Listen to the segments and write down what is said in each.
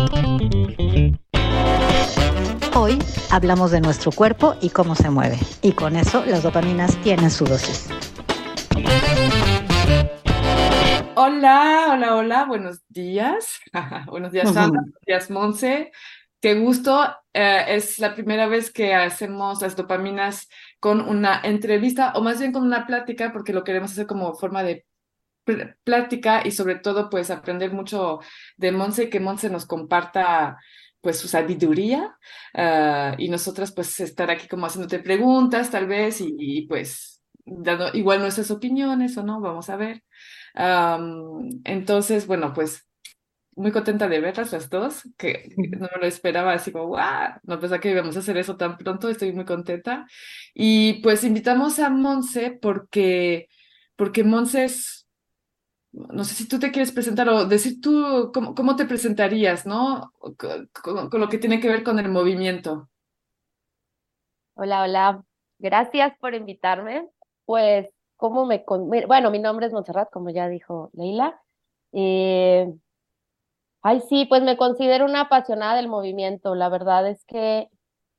Hoy hablamos de nuestro cuerpo y cómo se mueve. Y con eso las dopaminas tienen su dosis. Hola, hola, hola, buenos días. Buenos días, Sandra. Buenos días, Monse. Qué gusto. Es la primera vez que hacemos las dopaminas con una entrevista, o más bien con una plática, porque lo queremos hacer como forma de plática y sobre todo pues aprender mucho de Monse y que Monse nos comparta pues su sabiduría, y nosotras pues estar aquí como haciéndote preguntas tal vez y, pues dando igual nuestras opiniones o no, vamos a ver. Entonces, bueno, pues muy contenta de verlas las dos, que no me lo esperaba así como, ¡guau! No pensaba que íbamos a hacer eso tan pronto, estoy muy contenta. Y pues invitamos a Monse porque Monse es, no sé si tú te quieres presentar o decir tú cómo te presentarías, ¿no? Con lo que tiene que ver con el movimiento. Hola, hola. Gracias por invitarme. Pues, bueno, mi nombre es Montserrat, como ya dijo Leila. Eh, Ay, sí, pues me considero una apasionada del movimiento. La verdad es que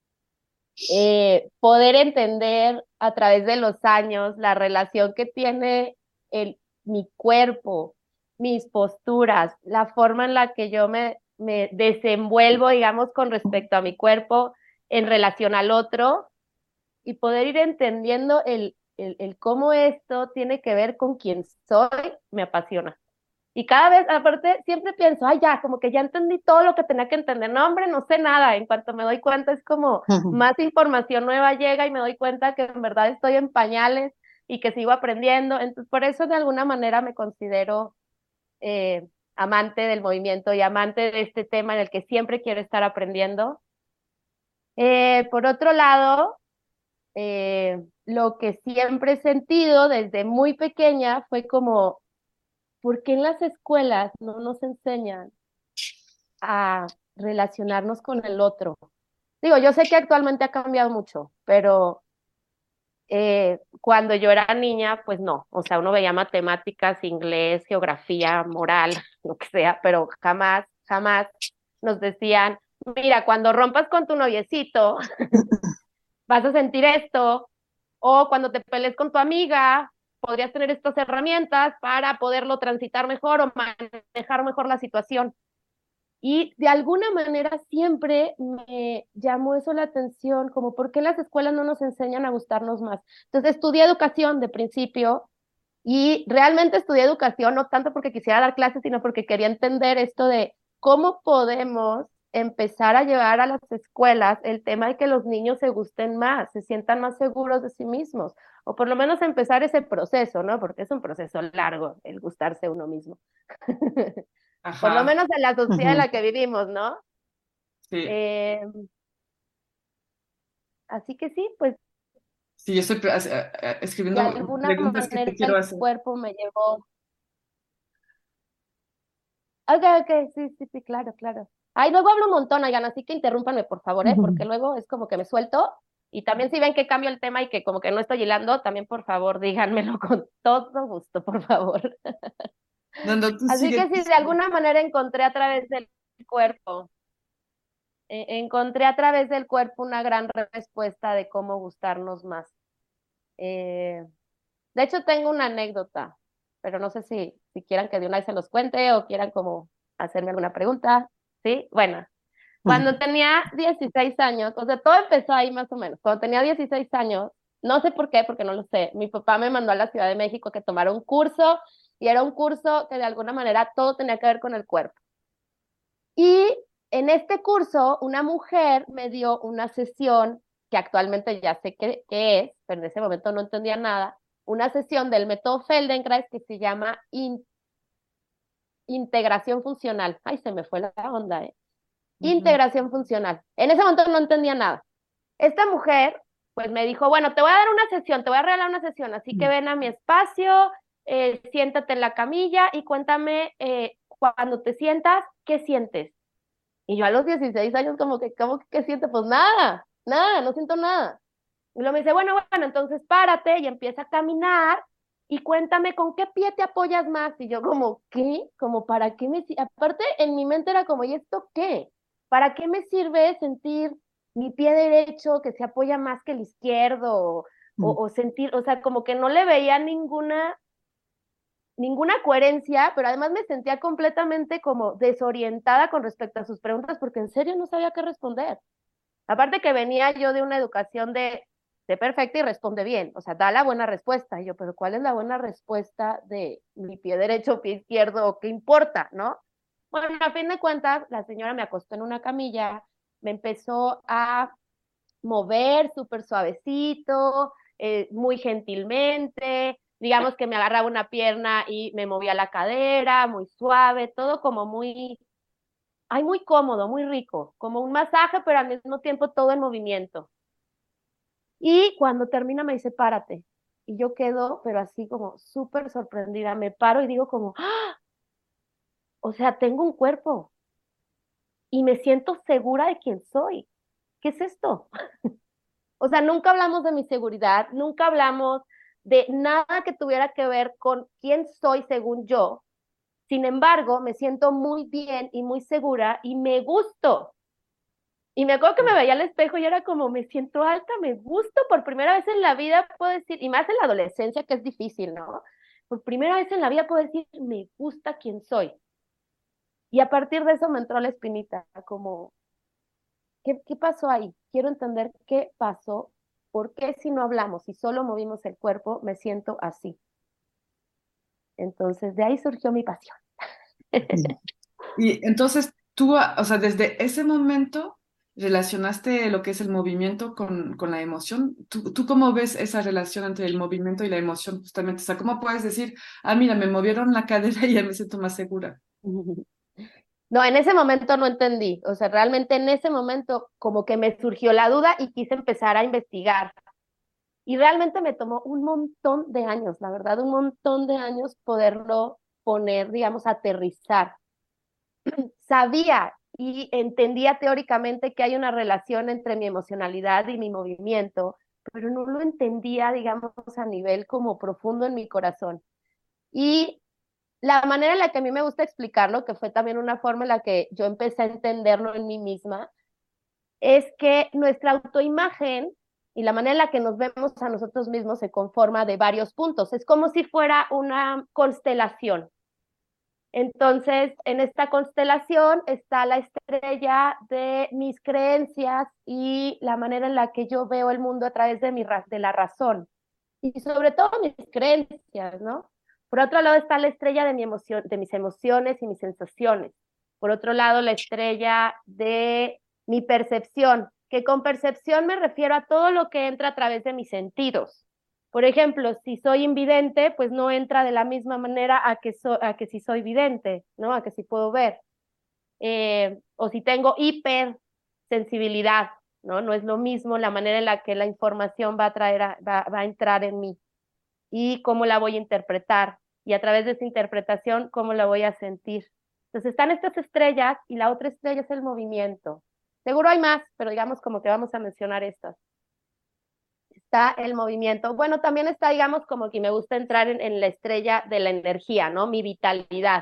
poder entender a través de los años la relación que tiene mi cuerpo, mis posturas, la forma en la que yo me desenvuelvo, digamos, con respecto a mi cuerpo en relación al otro y poder ir entendiendo el cómo esto tiene que ver con quién soy, me apasiona. Y cada vez, aparte, siempre pienso, ay, ya, como que ya entendí todo lo que tenía que entender. No, hombre, no sé nada. En cuanto me doy cuenta, es como más información nueva llega y me doy cuenta que en verdad estoy en pañales y que sigo aprendiendo. Entonces, por eso de alguna manera me considero amante del movimiento y amante de este tema en el que siempre quiero estar aprendiendo. Por otro lado, lo que siempre he sentido desde muy pequeña fue como, ¿por qué en las escuelas no nos enseñan a relacionarnos con el otro? Digo, yo sé que actualmente ha cambiado mucho, pero cuando yo era niña, pues no, o sea, uno veía matemáticas, inglés, geografía, moral, lo que sea, pero jamás, jamás nos decían, mira, cuando rompas con tu noviecito, vas a sentir esto, o cuando te pelees con tu amiga, podrías tener estas herramientas para poderlo transitar mejor o manejar mejor la situación. Y de alguna manera siempre me llamó eso la atención, como por qué las escuelas no nos enseñan a gustarnos más. Entonces estudié educación de principio y realmente estudié educación no tanto porque quisiera dar clases, sino porque quería entender esto de cómo podemos empezar a llevar a las escuelas el tema de que los niños se gusten más, se sientan más seguros de sí mismos, o por lo menos empezar ese proceso, ¿no? Porque es un proceso largo el gustarse uno mismo. Por lo Ajá, menos en la sociedad en la que vivimos, ¿no? sí. Eh, Así que sí, pues Sí, yo estoy de escribiendo alguna preguntas que manera te quiero el hacer. cuerpo me llevó. Ok, ok, sí, sí, sí, claro, claro. Ay, luego hablo un montón, oigan, así que interrúmpanme, por favor, ¿eh? Porque luego es como que me suelto. Y también si ven que cambio el tema y que como que no estoy hilando, también por favor díganmelo con todo gusto, por favor. No, no, tú Así sigue, que tú sí, de sigue. alguna manera encontré a través del cuerpo, encontré a través del cuerpo una gran respuesta de cómo gustarnos más. Eh, de hecho, tengo una anécdota, pero no sé si quieran que de una vez se los cuente o quieran como hacerme alguna pregunta. ¿Sí? Bueno, cuando tenía 16 años, o sea, todo empezó ahí más o menos. Cuando tenía 16 años, no sé por qué, porque no lo sé, mi papá me mandó a la Ciudad de México a que tomara un curso y era un curso que de alguna manera todo tenía que ver con el cuerpo. Y en este curso, una mujer me dio una sesión que actualmente ya sé qué es, pero en ese momento no entendía nada, una sesión del método Feldenkrais que se llama integración funcional. Ay, se me fue la onda, ¿eh? Ujú. Integración funcional. En ese momento no entendía nada. Esta mujer, pues me dijo, bueno, te voy a dar una sesión, te voy a regalar una sesión, así que ven a mi espacio, siéntate en la camilla y cuéntame cuando te sientas, ¿qué sientes? Y yo a los 16 años ¿cómo que qué siento? Pues nada, nada, no siento nada. Y luego me dice, bueno, entonces párate y empieza a caminar y cuéntame con qué pie te apoyas más. Y yo como, ¿qué? Como, ¿para qué me sirve? Aparte, en mi mente era como, ¿y esto qué? ¿Para qué me sirve sentir mi pie derecho que se apoya más que el izquierdo? O sentir, o sea, como que no le veía ninguna coherencia, pero además me sentía completamente como desorientada con respecto a sus preguntas porque en serio no sabía qué responder. Aparte que venía yo de una educación de perfecta y responde bien, o sea, da la buena respuesta. Y yo, pero ¿cuál es la buena respuesta de mi pie derecho, pie izquierdo, o qué importa, no? Bueno, a fin de cuentas, la señora me acostó en una camilla, me empezó a mover súper suavecito, muy gentilmente, digamos que me agarraba una pierna y me movía la cadera, muy suave, todo como muy, ay, muy cómodo, muy rico, como un masaje, pero al mismo tiempo todo en movimiento. Y cuando termina me dice, párate. Y yo quedo, pero así como súper sorprendida, me paro y digo como, ¡ah! O sea, tengo un cuerpo y me siento segura de quién soy. ¿Qué es esto? O sea, nunca hablamos de mi seguridad, nunca hablamos de nada que tuviera que ver con quién soy según yo. Sin embargo, me siento muy bien y muy segura y me gusto. Y me acuerdo que me veía al espejo y era como, me siento alta, me gusto. Por primera vez en la vida puedo decir, y más en la adolescencia que es difícil, ¿no? Por primera vez en la vida puedo decir, me gusta quién soy. Y a partir de eso me entró la espinita, como, ¿qué pasó ahí? Quiero entender qué pasó, por qué si no hablamos, si solo movimos el cuerpo, me siento así. Entonces, de ahí surgió mi pasión. Y entonces tú, o sea, desde ese momento relacionaste lo que es el movimiento con la emoción. ¿Tú cómo ves esa relación entre el movimiento y la emoción justamente? O sea, ¿cómo puedes decir, ah, mira, me movieron la cadera y ya me siento más segura? No, en ese momento no entendí, o sea, realmente en ese momento como que me surgió la duda y quise empezar a investigar. Y realmente me tomó un montón de años, la verdad, un montón de años poderlo poner, digamos, aterrizar. Sabía y entendía teóricamente que hay una relación entre mi emocionalidad y mi movimiento, pero no lo entendía, digamos, a nivel como profundo en mi corazón. Y la manera en la que a mí me gusta explicarlo, que fue también una forma en la que yo empecé a entenderlo en mí misma, es que nuestra autoimagen y la manera en la que nos vemos a nosotros mismos se conforma de varios puntos. Es como si fuera una constelación. Entonces, en esta constelación está la estrella de mis creencias y la manera en la que yo veo el mundo a través de la razón y sobre todo mis creencias, ¿no? Por otro lado está la estrella de de mis emociones y mis sensaciones. Por otro lado, la estrella de mi percepción, que con percepción me refiero a todo lo que entra a través de mis sentidos. Por ejemplo, si soy invidente, pues no entra de la misma manera a que si soy vidente, ¿no? A que si puedo ver. O si tengo hipersensibilidad, ¿no? No es lo mismo la manera en la que la información va a entrar en mí y cómo la voy a interpretar. Y a través de esa interpretación, cómo la voy a sentir. Entonces están estas estrellas y la otra estrella es el movimiento. Seguro hay más, pero digamos como que vamos a mencionar estas. Está el movimiento. Bueno, también está, digamos, como que me gusta entrar en la estrella de la energía, ¿no? Mi vitalidad.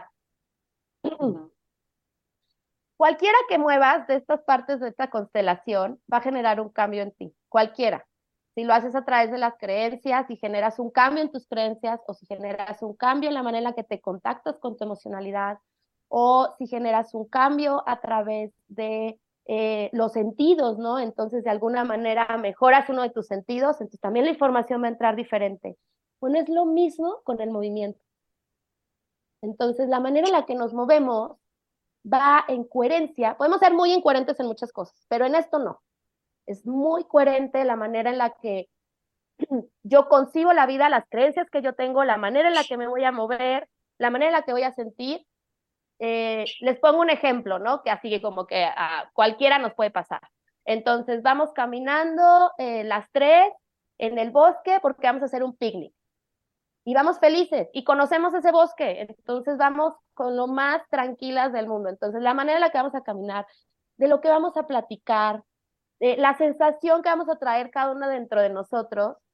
Cualquiera que muevas de estas partes de esta constelación va a generar un cambio en ti, cualquiera. Si lo haces a través de las creencias, si generas un cambio en tus creencias o si generas un cambio en la manera en la que te contactas con tu emocionalidad o si generas un cambio a través de los sentidos, ¿no? Entonces, de alguna manera mejoras uno de tus sentidos, entonces también la información va a entrar diferente. Bueno, es lo mismo con el movimiento. Entonces, la manera en la que nos movemos va en coherencia. Podemos ser muy incoherentes en muchas cosas, pero en esto no. Es muy coherente la manera en la que yo concibo la vida, las creencias que yo tengo, la manera en la que me voy a mover, la manera en la que voy a sentir. Les pongo un ejemplo, ¿no? Que así como que a cualquiera nos puede pasar. Entonces vamos caminando las tres en el bosque porque vamos a hacer un picnic y vamos felices y conocemos ese bosque, entonces vamos con lo más tranquilas del mundo. Entonces la manera en la que vamos a caminar, de lo que vamos a platicar, la sensación que vamos a traer cada una dentro de nosotros,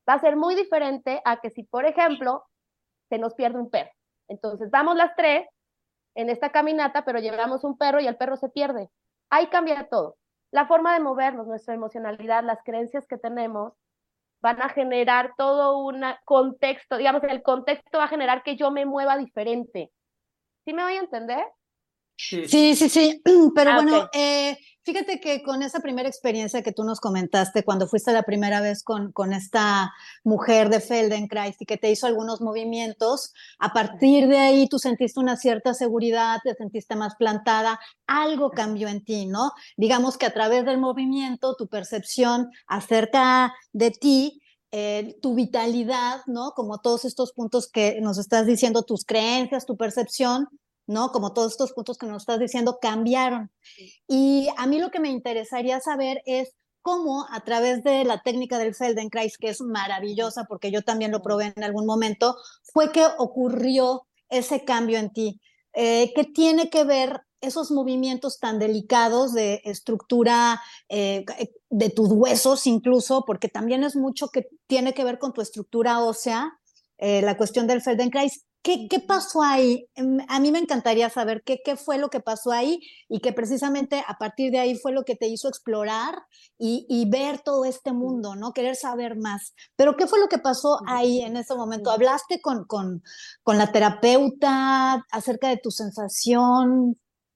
Va a ser muy diferente a que si, por ejemplo, se nos pierde un perro. Entonces, vamos las tres en esta caminata, pero llevamos un perro y el perro se pierde. Ahí cambia todo. La forma de movernos, nuestra emocionalidad, las creencias que tenemos, van a generar todo un contexto, digamos, el contexto va a generar que yo me mueva diferente. ¿Sí me voy a entender? Sí. Sí, sí, sí, pero bueno, Ok. fíjate que con esa primera experiencia que tú nos comentaste cuando fuiste la primera vez con esta mujer de Feldenkrais y que te hizo algunos movimientos, a partir de ahí tú sentiste una cierta seguridad, te sentiste más plantada, algo cambió en ti, ¿no? Digamos que a través del movimiento, tu percepción acerca de ti, tu vitalidad, ¿no? Como todos estos puntos que nos estás diciendo, tus creencias, tu percepción, ¿no? Como todos estos puntos que nos estás diciendo cambiaron. Y a mí lo que me interesaría saber es cómo a través de la técnica del Feldenkrais, que es maravillosa porque yo también lo probé en algún momento, fue que ocurrió ese cambio en ti. ¿Qué tiene que ver esos movimientos tan delicados de estructura de tus huesos incluso, porque también es mucho que tiene que ver con tu estructura ósea, la cuestión del Feldenkrais? ¿Qué pasó ahí? A mí me encantaría saber qué fue lo que pasó ahí y que precisamente a partir de ahí fue lo que te hizo explorar y ver todo este mundo, ¿no? Querer saber más. Pero ¿qué fue lo que pasó ahí en ese momento? ¿Hablaste con la terapeuta acerca de tu sensación?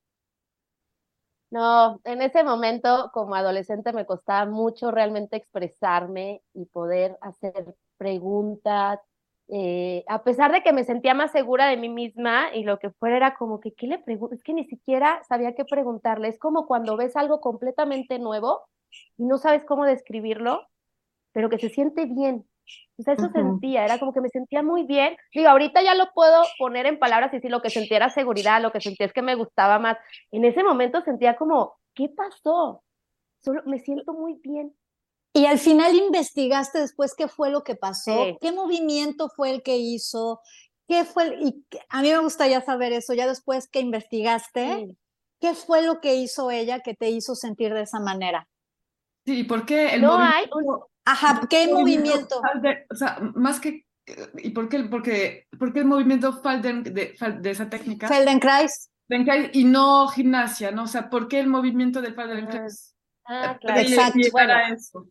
No, en ese momento como adolescente me costaba mucho realmente expresarme y poder hacer preguntas, a pesar de que me sentía más segura de mí misma y lo que fuera era como que, ¿qué le pregunto? Es que ni siquiera sabía qué preguntarle. Es como cuando ves algo completamente nuevo y no sabes cómo describirlo, pero que se siente bien. O sea, eso Ujú. sentía, era como que me sentía muy bien. Digo, ahorita ya lo puedo poner en palabras y decir lo que sentía era seguridad, lo que sentía es que me gustaba más. En ese momento sentía como, ¿qué pasó? Solo me siento muy bien. Y al final investigaste después qué fue lo que pasó, Sí, qué movimiento fue el que hizo, qué fue, a mí me gustaría saber eso, ya después que investigaste, sí. ¿qué fue lo que hizo ella que te hizo sentir de esa manera? Sí, ¿y por qué el No hay un, movimiento, Ajá, ¿qué movimiento? O sea, más que, ¿y por qué el movimiento de esa técnica? Feldenkrais. Feldenkrais y no gimnasia, ¿no? O sea, ¿por qué el movimiento del ah, Feldenkrais puede claro. Exacto. llegar Bueno, a eso?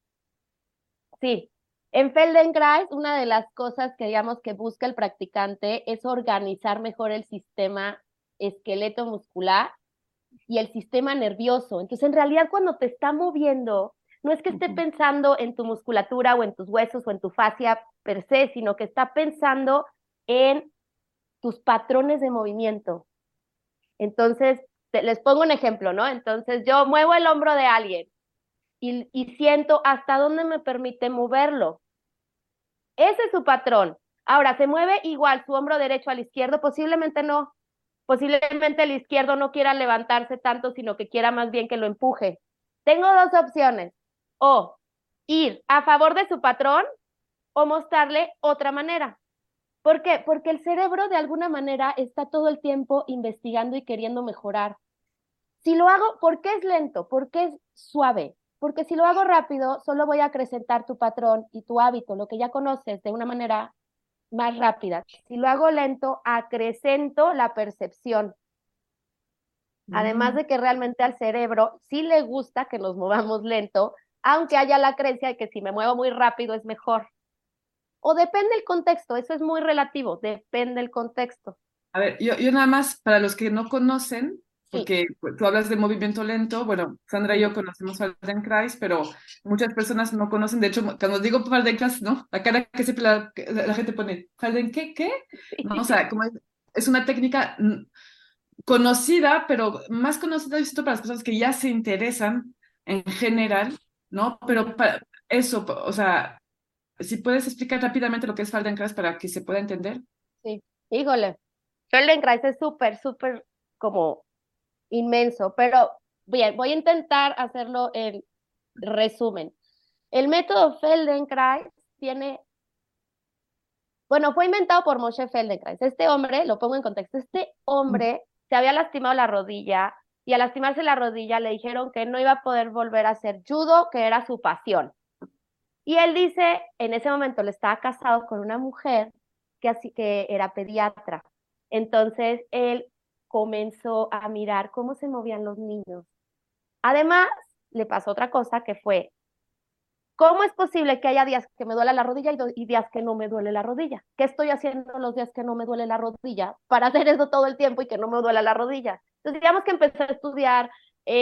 sí. En Feldenkrais, una de las cosas que digamos que busca el practicante es organizar mejor el sistema esqueleto muscular y el sistema nervioso. Entonces, en realidad, cuando te está moviendo, no es que esté Ujú. pensando en tu musculatura o en tus huesos o en tu fascia per se, sino que está pensando en tus patrones de movimiento. Entonces, les pongo un ejemplo, ¿no? Entonces, yo muevo el hombro de alguien y siento hasta dónde me permite moverlo. Ese es su patrón. Ahora, ¿se mueve igual su hombro derecho al izquierdo? Posiblemente no. Posiblemente el izquierdo no quiera levantarse tanto, sino que quiera más bien que lo empuje. Tengo dos opciones. O ir a favor de su patrón o mostrarle otra manera. ¿Por qué? Porque el cerebro de alguna manera está todo el tiempo investigando y queriendo mejorar. Si lo hago, ¿por qué es lento? ¿Por qué es suave? Porque si lo hago rápido, solo voy a acrecentar tu patrón y tu hábito, lo que ya conoces, de una manera más rápida. Si lo hago lento, acrecento la percepción. Además Mm. de que realmente al cerebro sí le gusta que nos movamos lento, aunque haya la creencia de que si me muevo muy rápido es mejor. O depende el contexto, eso es muy relativo, depende el contexto. A ver, yo nada más, para los que no conocen, Sí, porque pues, tú hablas de movimiento lento, bueno, Sandra y yo conocemos Feldenkrais, pero muchas personas no conocen, de hecho, cuando digo Feldenkrais, ¿no? La cara que siempre la gente pone, ¿Felden qué? ¿Qué? ¿No? O sea, como es una técnica conocida, pero más conocida, yo siento, para las personas que ya se interesan en general, ¿no? Pero para eso, o sea, si puedes explicar rápidamente lo que es Feldenkrais para que se pueda entender. sí. Híjole, Feldenkrais es súper, súper como inmenso, pero bien, voy a intentar hacerlo en resumen. El método Feldenkrais tiene, bueno, fue inventado por Moshe Feldenkrais. Este hombre, lo pongo en contexto, este hombre se había lastimado la rodilla y al lastimarse la rodilla le dijeron que no iba a poder volver a hacer judo, que era su pasión. Y él dice, en ese momento le estaba casado con una mujer que era pediatra. Entonces él comenzó a mirar cómo se movían los niños. Además, le pasó otra cosa que fue, ¿cómo es posible que haya días que me duele la rodilla y días que no me duele la rodilla? ¿Qué estoy haciendo los días que no me duele la rodilla para hacer eso todo el tiempo y que no me duele la rodilla? Entonces, digamos que empecé a estudiar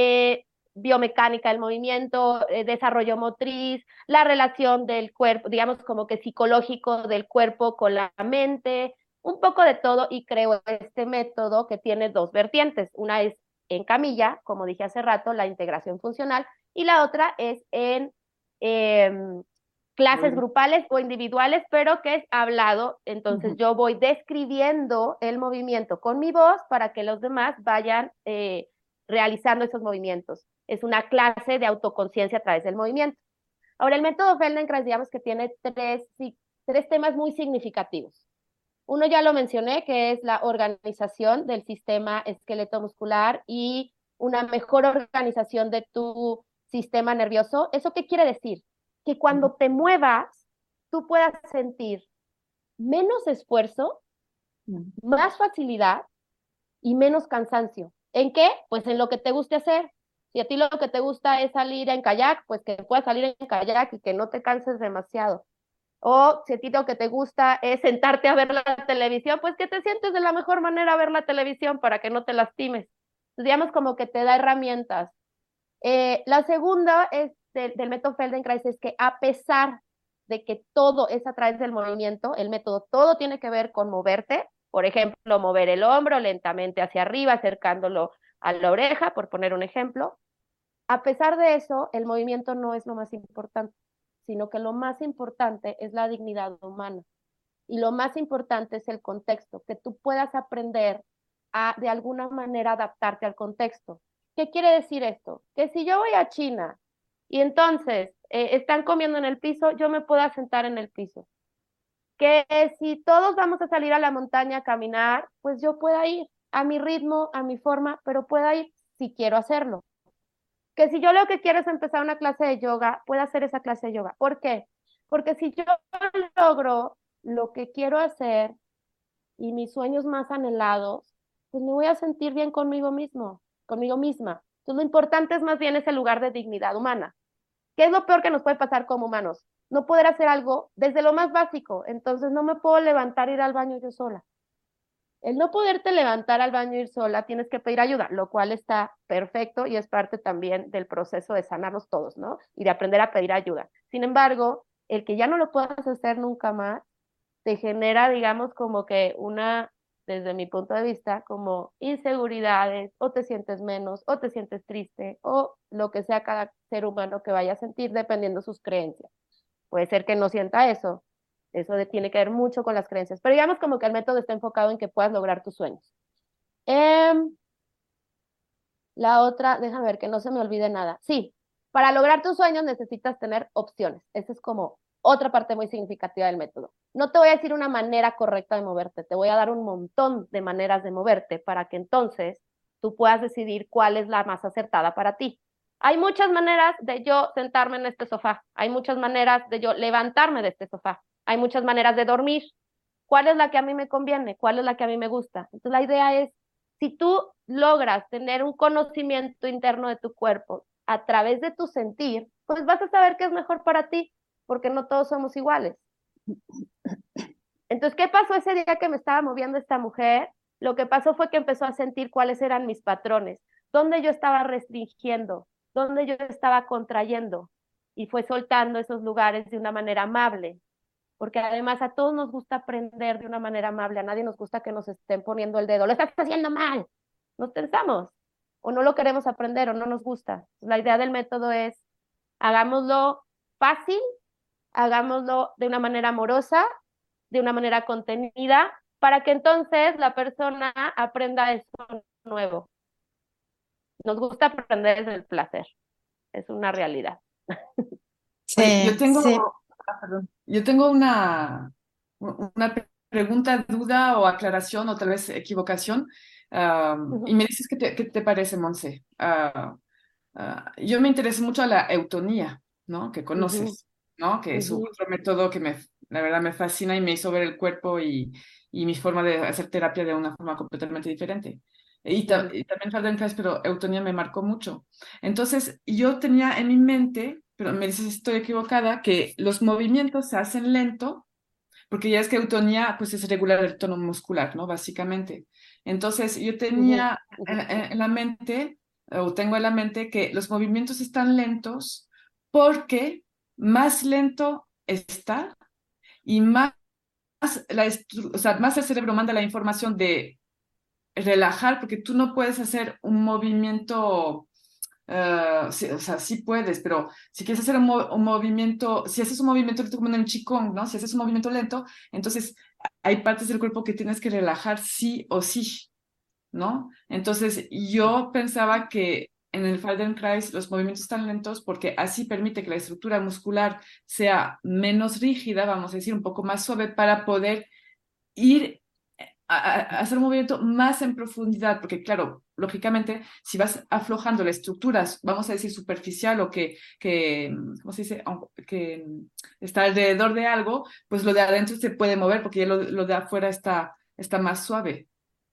biomecánica del movimiento, desarrollo motriz, la relación del cuerpo, digamos como que psicológico del cuerpo con la mente, un poco de todo, y creo este método que tiene dos vertientes. Una es en camilla, como dije hace rato, la integración funcional, y la otra es en eh, clases grupales o individuales, pero que es hablado. Entonces yo voy describiendo el movimiento con mi voz para que los demás vayan realizando esos movimientos. Es una clase de autoconciencia a través del movimiento. Ahora, el método Feldenkrais, digamos que tiene tres temas muy significativos. Uno ya lo mencioné, que es la organización del sistema esqueleto muscular y una mejor organización de tu sistema nervioso. ¿Eso qué quiere decir? Que cuando te muevas, tú puedas sentir menos esfuerzo, más facilidad y menos cansancio. ¿En qué? Pues en lo que te guste hacer. Si a ti lo que te gusta es salir en kayak, pues que puedas salir en kayak y que no te canses demasiado. O si a ti lo que te gusta es sentarte a ver la televisión, pues que te sientes de la mejor manera a ver la televisión para que no te lastimes. Entonces, digamos como que te da herramientas. La segunda es del método Feldenkrais es que a pesar de que todo es a través del movimiento, el método todo tiene que ver con moverte, por ejemplo, mover el hombro lentamente hacia arriba, acercándolo a la oreja, por poner un ejemplo. A pesar de eso, el movimiento no es lo más importante, sino que lo más importante es la dignidad humana. Y lo más importante es el contexto, que tú puedas aprender a, de alguna manera, adaptarte al contexto. ¿Qué quiere decir esto? Que si yo voy a China y entonces están comiendo en el piso, yo me puedo sentar en el piso. Que si todos vamos a salir a la montaña a caminar, pues yo pueda ir a mi ritmo, a mi forma, pero pueda ir si quiero hacerlo. Que si yo lo que quiero es empezar una clase de yoga, puedo hacer esa clase de yoga. ¿Por qué? Porque si yo logro lo que quiero hacer y mis sueños más anhelados, pues me voy a sentir bien conmigo mismo, conmigo misma. Entonces lo importante es más bien ese lugar de dignidad humana. ¿Qué es lo peor que nos puede pasar como humanos? No poder hacer algo desde lo más básico. Entonces no me puedo levantar e ir al baño yo sola. El no poderte levantar al baño e ir sola, tienes que pedir ayuda, lo cual está perfecto y es parte también del proceso de sanarnos todos, ¿no? Y de aprender a pedir ayuda. Sin embargo, el que ya no lo puedas hacer nunca más, te genera, digamos, como que desde mi punto de vista, como inseguridades, o te sientes menos, o te sientes triste, o lo que sea cada ser humano que vaya a sentir dependiendo de sus creencias. Puede ser que no sienta eso. Tiene que ver mucho con las creencias. Pero digamos como que el método está enfocado en que puedas lograr tus sueños. La otra, déjame ver que no se me olvide nada. Sí, para lograr tus sueños necesitas tener opciones. Esa es como otra parte muy significativa del método. No te voy a decir una manera correcta de moverte, te voy a dar un montón de maneras de moverte para que entonces tú puedas decidir cuál es la más acertada para ti. Hay muchas maneras de yo sentarme en este sofá, hay muchas maneras de yo levantarme de este sofá, hay muchas maneras de dormir. ¿Cuál es la que a mí me conviene? ¿Cuál es la que a mí me gusta? Entonces la idea es, si tú logras tener un conocimiento interno de tu cuerpo a través de tu sentir, pues vas a saber qué es mejor para ti, porque no todos somos iguales. Entonces, ¿qué pasó ese día que me estaba moviendo esta mujer? Lo que pasó fue que empezó a sentir cuáles eran mis patrones, dónde yo estaba restringiendo, dónde yo estaba contrayendo, y fue soltando esos lugares de una manera amable, porque además a todos nos gusta aprender de una manera amable, a nadie nos gusta que nos estén poniendo el dedo, lo estás haciendo mal, nos tensamos, o no lo queremos aprender, o no nos gusta. La idea del método es, hagámoslo fácil, hagámoslo de una manera amorosa, de una manera contenida, para que entonces la persona aprenda eso nuevo. Nos gusta aprender desde el placer, es una realidad. Oye, yo tengo, sí. perdón. Yo tengo una pregunta, duda o aclaración o tal vez equivocación. Y me dices qué te parece, Monse. Yo me intereso mucho a la eutonía, ¿no? Que conoces. ¿no? Que es otro método que la verdad me fascina y me hizo ver el cuerpo y mi forma de hacer terapia de una forma completamente diferente. Y también Feldenkrais, pero eutonía me marcó mucho. Entonces, yo tenía en mi mente, pero me dices si estoy equivocada, que los movimientos se hacen lento, porque ya es que eutonía, pues es regular el tono muscular, ¿no? Básicamente. Entonces, yo tenía en la mente, o tengo en la mente, que los movimientos están lentos porque más lento está y más, o sea, más el cerebro manda la información de relajar, porque tú no puedes hacer un movimiento, sí, o sea, sí puedes, pero si quieres hacer un movimiento, si haces un movimiento lento como en el Qigong, ¿no? Si haces un movimiento lento, entonces hay partes del cuerpo que tienes que relajar sí o sí, ¿no? Entonces yo pensaba que en el Feldenkrais los movimientos están lentos porque así permite que la estructura muscular sea menos rígida, vamos a decir, un poco más suave para poder ir a hacer un movimiento más en profundidad, porque claro, lógicamente, si vas aflojando la estructura, vamos a decir superficial o ¿cómo se dice? Que está alrededor de algo, pues lo de adentro se puede mover porque ya lo de afuera está más suave.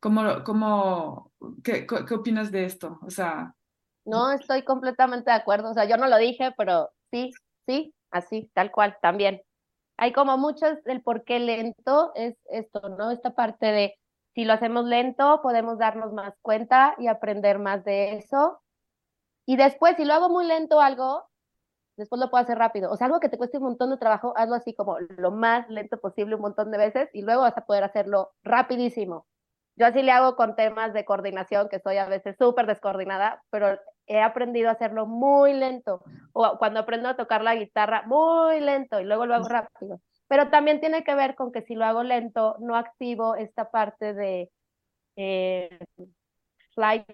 ¿Qué opinas de esto? O sea, No, estoy completamente de acuerdo. O sea, yo no lo dije, pero sí, sí, así, tal cual, también. Hay como muchos, el por qué lento es esto, ¿no? Esta parte de si lo hacemos lento, podemos darnos más cuenta y aprender más de eso. Y después, si lo hago muy lento algo, después lo puedo hacer rápido. O sea, algo que te cueste un montón de trabajo, hazlo así como lo más lento posible un montón de veces y luego vas a poder hacerlo rapidísimo. Yo así le hago con temas de coordinación, que soy a veces súper descoordinada, pero he aprendido a hacerlo muy lento. O cuando aprendo a tocar la guitarra, muy lento y luego lo hago rápido. Pero también tiene que ver con que si lo hago lento, no activo esta parte de eh, flight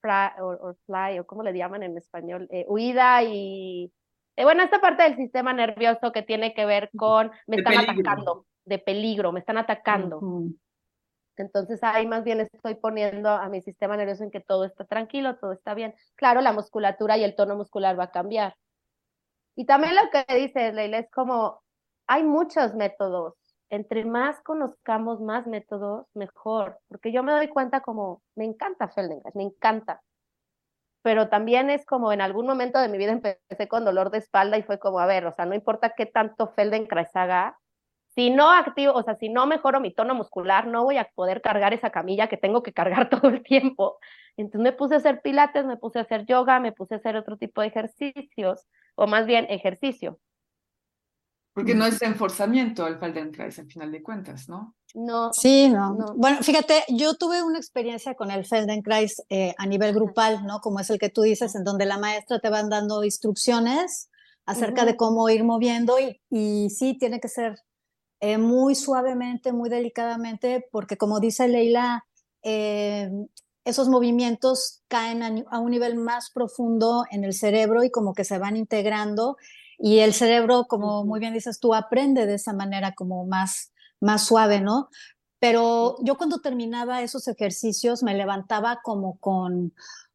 or fly, o como le llaman en español, huida y, bueno, esta parte del sistema nervioso que tiene que ver con, me de están peligro. atacando, de peligro, me están atacando. Entonces ahí más bien estoy poniendo a mi sistema nervioso en que todo está tranquilo, todo está bien. Claro, la musculatura y el tono muscular va a cambiar. Y también lo que dice Leila es como, hay muchos métodos. Entre más conozcamos más métodos, mejor. Porque yo me doy cuenta como, me encanta Feldenkrais, me encanta. Pero también es como en algún momento de mi vida empecé con dolor de espalda y fue como, a ver, o sea, no importa qué tanto Feldenkrais haga, si no activo, o sea, si no mejoro mi tono muscular, no voy a poder cargar esa camilla que tengo que cargar todo el tiempo. Entonces me puse a hacer pilates, me puse a hacer yoga, me puse a hacer otro tipo de ejercicios, o más bien ejercicio. Porque no es enforzamiento el Feldenkrais, en final de cuentas, ¿no? No, Sí, no. no. Bueno, fíjate, yo tuve una experiencia con el Feldenkrais a nivel grupal, ¿no? Como es el que tú dices, en donde la maestra te van dando instrucciones acerca de cómo ir moviendo y sí, tiene que ser muy suavemente, muy delicadamente, porque como dice Leila, eh, esos movimientos caen a un nivel más profundo en el cerebro y como que se van integrando y el cerebro, como muy bien dices tú, aprende de esa manera como más suave, ¿no? Pero yo cuando terminaba esos ejercicios me levantaba como con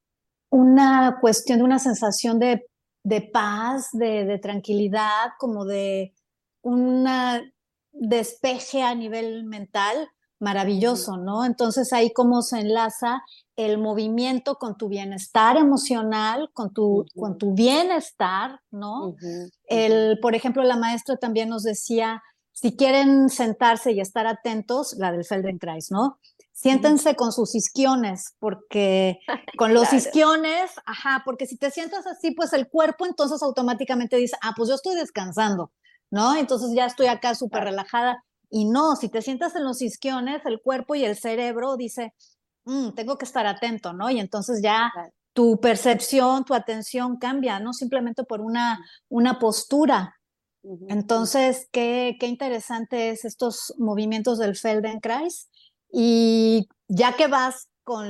una cuestión de una sensación de paz, de tranquilidad, como de un despeje a nivel mental maravilloso, ¿no? Entonces ahí como se enlaza el movimiento con tu bienestar emocional, con tu bienestar, ¿no? Por ejemplo, la maestra también nos decía, si quieren sentarse y estar atentos, la del Feldenkrais, ¿no? Siéntense con sus isquiones, porque con los Claro. isquiones, ajá, porque si te sientas así, pues el cuerpo entonces automáticamente dice, ah, pues yo estoy descansando, ¿no? Entonces ya estoy acá súper relajada. Y no, si te sientas en los isquiones, el cuerpo y el cerebro dice, tengo que estar atento, ¿no? Y entonces ya Claro. tu percepción, tu atención cambia, no simplemente por una postura. Entonces, qué interesante es estos movimientos del Feldenkrais. Y ya que vas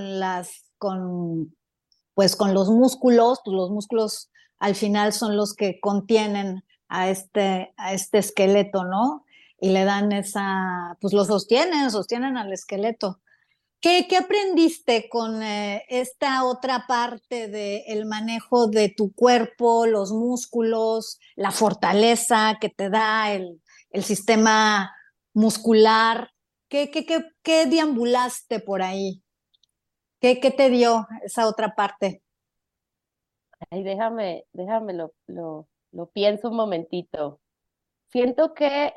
pues con los músculos, pues los músculos al final son los que contienen a este esqueleto, ¿no? Y le dan pues lo sostienen al esqueleto. ¿Qué aprendiste con esta otra parte del manejo de tu cuerpo, los músculos, la fortaleza que te da el sistema muscular? ¿Qué deambulaste por ahí? ¿Qué te dio esa otra parte? Ay, déjame lo pienso un momentito. Siento que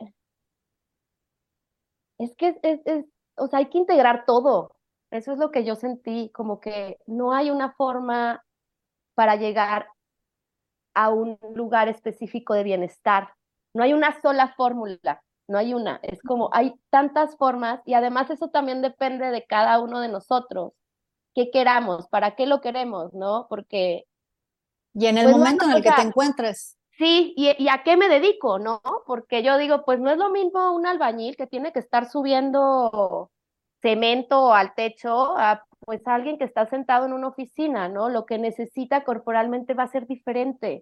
o sea, hay que integrar todo. Eso es lo que yo sentí, como que no hay una forma para llegar a un lugar específico de bienestar. No hay una sola fórmula, no hay una. Es como hay tantas formas y además eso también depende de cada uno de nosotros. ¿Qué queramos? ¿Para qué lo queremos? ¿No? Porque, Y en el pues no, momento en o el que te sea, encuentres. sí, y a qué me dedico, ¿no? Porque yo digo, pues no es lo mismo un albañil que tiene que estar subiendo cemento al techo a pues alguien que está sentado en una oficina, ¿no? Lo que necesita corporalmente va a ser diferente.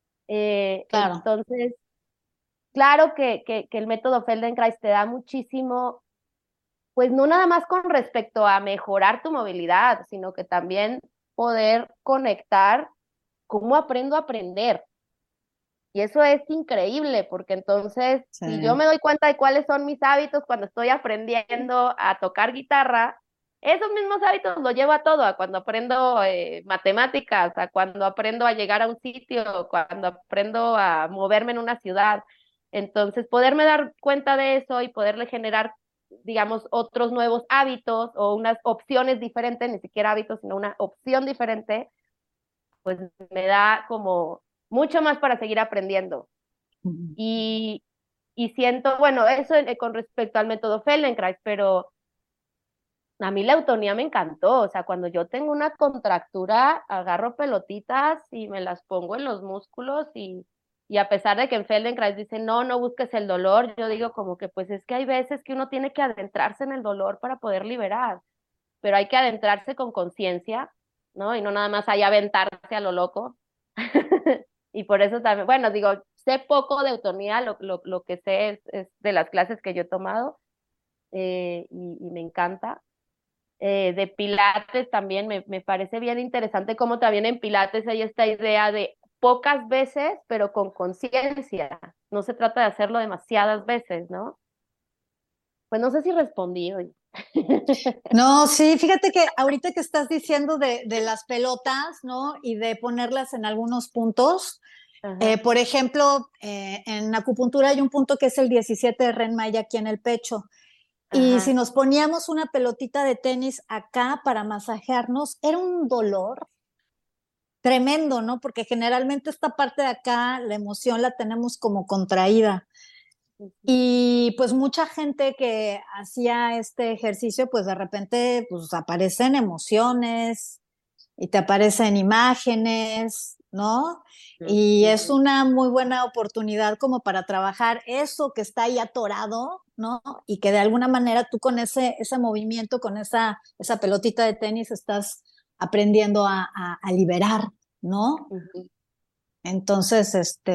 Claro. Entonces, claro que el método Feldenkrais te da muchísimo, pues no nada más con respecto a mejorar tu movilidad, sino que también poder conectar cómo aprendo a aprender. Y eso es increíble, porque entonces, Sí. si yo me doy cuenta de cuáles son mis hábitos cuando estoy aprendiendo a tocar guitarra, esos mismos hábitos los llevo a todo, a cuando aprendo matemáticas, a cuando aprendo a llegar a un sitio, cuando aprendo a moverme en una ciudad. Entonces, poderme dar cuenta de eso y poderle generar, digamos, otros nuevos hábitos o unas opciones diferentes, ni siquiera hábitos, sino una opción diferente, pues me da como mucho más para seguir aprendiendo. Ujú. Y, y siento, bueno, eso con respecto al método Feldenkrais, pero a mí la autonomía me encantó. O sea, cuando yo tengo una contractura, agarro pelotitas y me las pongo en los músculos y a pesar de que en Feldenkrais dice, no, no busques el dolor, yo digo como que pues es que hay veces que uno tiene que adentrarse en el dolor para poder liberar, pero hay que adentrarse con conciencia, ¿no? Y no nada más ahí aventarse a lo loco. Y por eso también, bueno, digo, sé poco de autonomía, lo que sé es de las clases que yo he tomado y me encanta. De Pilates también me parece bien interesante cómo también en Pilates hay esta idea de pocas veces, pero con conciencia. No se trata de hacerlo demasiadas veces, ¿no? Pues no sé si respondí hoy. No, sí, fíjate que ahorita que estás diciendo de las pelotas, ¿no? Y de ponerlas en algunos puntos, Ajá, por ejemplo, en acupuntura hay un punto que es el 17 de Ren Maya aquí en el pecho. Y si ajá. nos poníamos una pelotita de tenis acá para masajearnos, era un dolor tremendo, ¿no? Porque generalmente esta parte de acá, la emoción la tenemos como contraída. Ujú, Y pues mucha gente que hacía este ejercicio, pues de repente pues aparecen emociones y te aparecen imágenes, ¿no? Y es ujú, una muy buena oportunidad como para trabajar eso que está ahí atorado, ¿no? Y que de alguna manera tú con ese movimiento, con esa pelotita de tenis estás aprendiendo a liberar, ¿no? ujú, Entonces,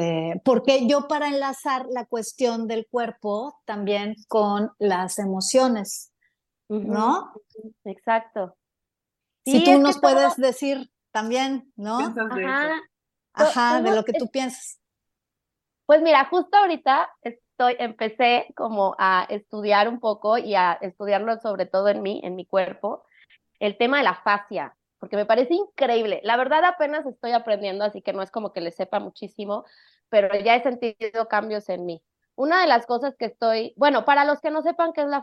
porque yo para enlazar la cuestión del cuerpo también con las emociones, ujú, ¿no? ujú. Exacto. Si Sí, tú es que nos todo, puedes decir también, ¿no? ¿Piensas de eso? ajá, Ajá, de todo, lo que tú piensas. pues mira, justo ahorita empecé como a estudiar un poco y a estudiarlo sobre todo en mi cuerpo, el tema de la fascia, porque me parece increíble. La verdad apenas estoy aprendiendo, así que no es como que le sepa muchísimo, pero ya he sentido cambios en mí. Una de las cosas que bueno, para los que no sepan qué es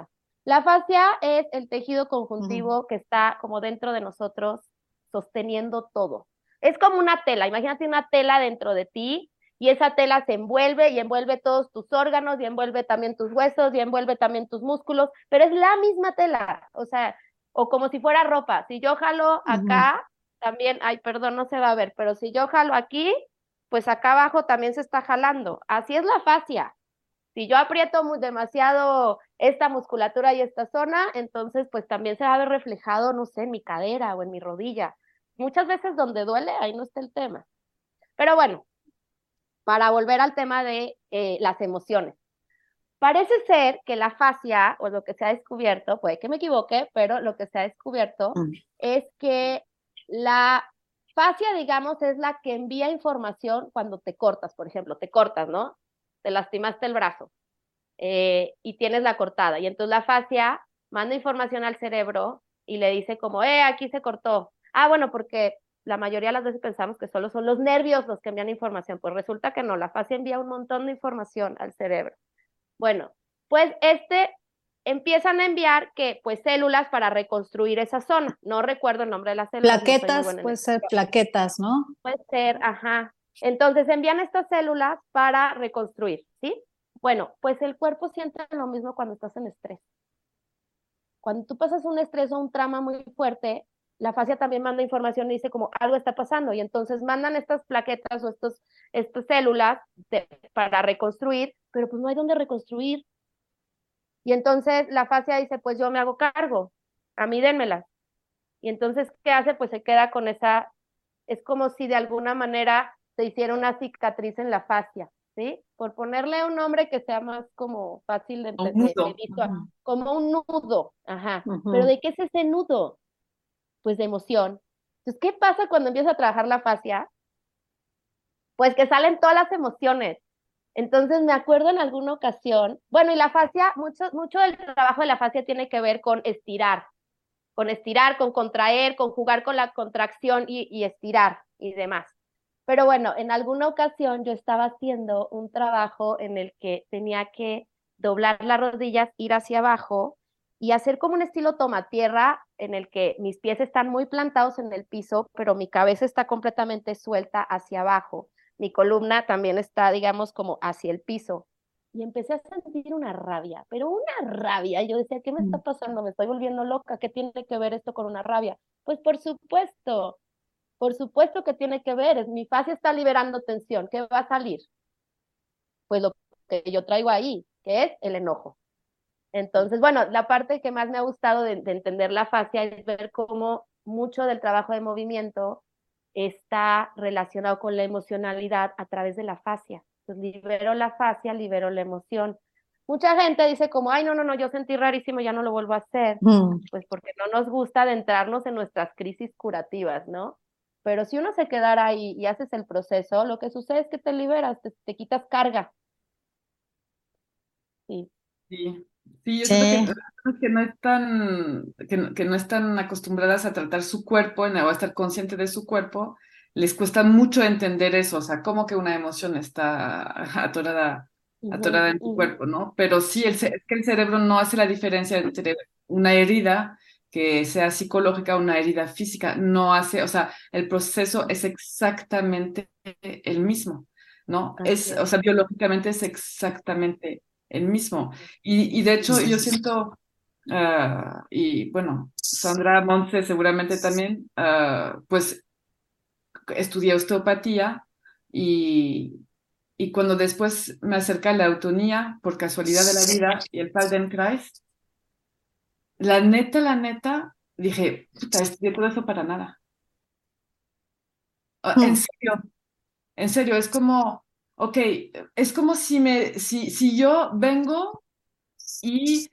la fascia es el tejido Ujú. conjuntivo que está como dentro de nosotros sosteniendo todo. Es como una tela, imagínate una tela dentro de ti y esa tela se envuelve y envuelve todos tus órganos y envuelve también tus huesos y envuelve también tus músculos, pero es la misma tela, o sea, o como si fuera ropa. Si yo jalo Ujú. acá, también, ay, perdón, no se va a ver, pero si yo jalo aquí, pues acá abajo también se está jalando. Así es la fascia. Si yo aprieto demasiado esta musculatura y esta zona, entonces pues también se va a ver reflejado, no sé, en mi cadera o en mi rodilla. Muchas veces donde duele, ahí no está el tema. Pero bueno, para volver al tema de las emociones. Parece ser que la fascia, o lo que se ha descubierto, puede que me equivoque, pero lo que se ha descubierto es que la fascia, digamos, es la que envía información cuando te cortas, por ejemplo, te cortas, ¿no? Te lastimaste el brazo y tienes la cortada. Y entonces la fascia manda información al cerebro y le dice como, aquí se cortó. Ah, bueno, porque la mayoría de las veces pensamos que solo son los nervios los que envían información. Pues resulta que no, la fascia envía un montón de información al cerebro. Bueno, pues empiezan a enviar pues células para reconstruir esa zona. No recuerdo el nombre de las células. Plaquetas, No puede ser plaquetas, ¿no? puede ser, ajá. Entonces envían estas células para reconstruir, ¿sí? Bueno, pues el cuerpo siente lo mismo cuando estás en estrés. Cuando tú pasas un estrés o un trauma muy fuerte, la fascia también manda información y dice como algo está pasando y entonces mandan estas plaquetas o estas células para reconstruir, pero pues no hay dónde reconstruir. Y entonces la fascia dice, pues yo me hago cargo, a mí dénmelas. Y entonces, ¿qué hace? Pues se queda con es como si de alguna manera se hiciera una cicatriz en la fascia, ¿sí? Por ponerle un nombre que sea más como fácil Un nudo. visual, como un nudo, ajá. Pero Ujú. ¿de qué es ese nudo? Pues de emoción. Entonces, ¿qué pasa cuando empieza a trabajar la fascia? Pues que salen todas las emociones. Entonces me acuerdo en alguna ocasión, bueno, y la fascia, mucho del trabajo de la fascia tiene que ver con estirar, con contraer, con jugar con la contracción y estirar y demás. Pero bueno, en alguna ocasión yo estaba haciendo un trabajo en el que tenía que doblar las rodillas, ir hacia abajo y hacer como un estilo tomatierra en el que mis pies están muy plantados en el piso, pero mi cabeza está completamente suelta hacia abajo. Mi columna también está, digamos, como hacia el piso. Y empecé a sentir una rabia, pero una rabia. Yo decía, ¿qué me está pasando? Me estoy volviendo loca. ¿Qué tiene que ver esto con una rabia? Pues por supuesto que tiene que ver. Mi fascia está liberando tensión. ¿Qué va a salir? Pues lo que yo traigo ahí, que es el enojo. Entonces, bueno, la parte que más me ha gustado de entender la fascia es ver cómo mucho del trabajo de movimiento está relacionado con la emocionalidad a través de la fascia. Entonces, libero la fascia, libero la emoción. Mucha gente dice como, ay, no, no, no, yo sentí rarísimo, ya no lo vuelvo a hacer. Mm. Pues porque no nos gusta adentrarnos en nuestras crisis curativas, ¿no? Pero si uno se quedara ahí y haces el proceso, lo que sucede es que te liberas, te quitas carga. Sí. Sí, sí, yo siento que Sí. las personas que no están, que no están acostumbradas a tratar su cuerpo o a estar consciente de su cuerpo, les cuesta mucho entender eso, o sea, cómo que una emoción está Ujú, atorada en tu ujú. cuerpo, ¿no? Pero sí, es que el cerebro no hace la diferencia entre una herida que sea psicológica o una herida física, no hace, o sea, el proceso es exactamente el mismo, ¿no? Así O es. sea, biológicamente es exactamente el mismo. Y de hecho yo siento, y bueno, Sandra Montse seguramente también, pues estudié osteopatía y, y cuando después me acerca a la eutonía, por casualidad de la vida, y el Feldenkrais, la neta, dije, puta, estudié todo eso para nada. Mm. En serio, es como, ok, es como si yo vengo y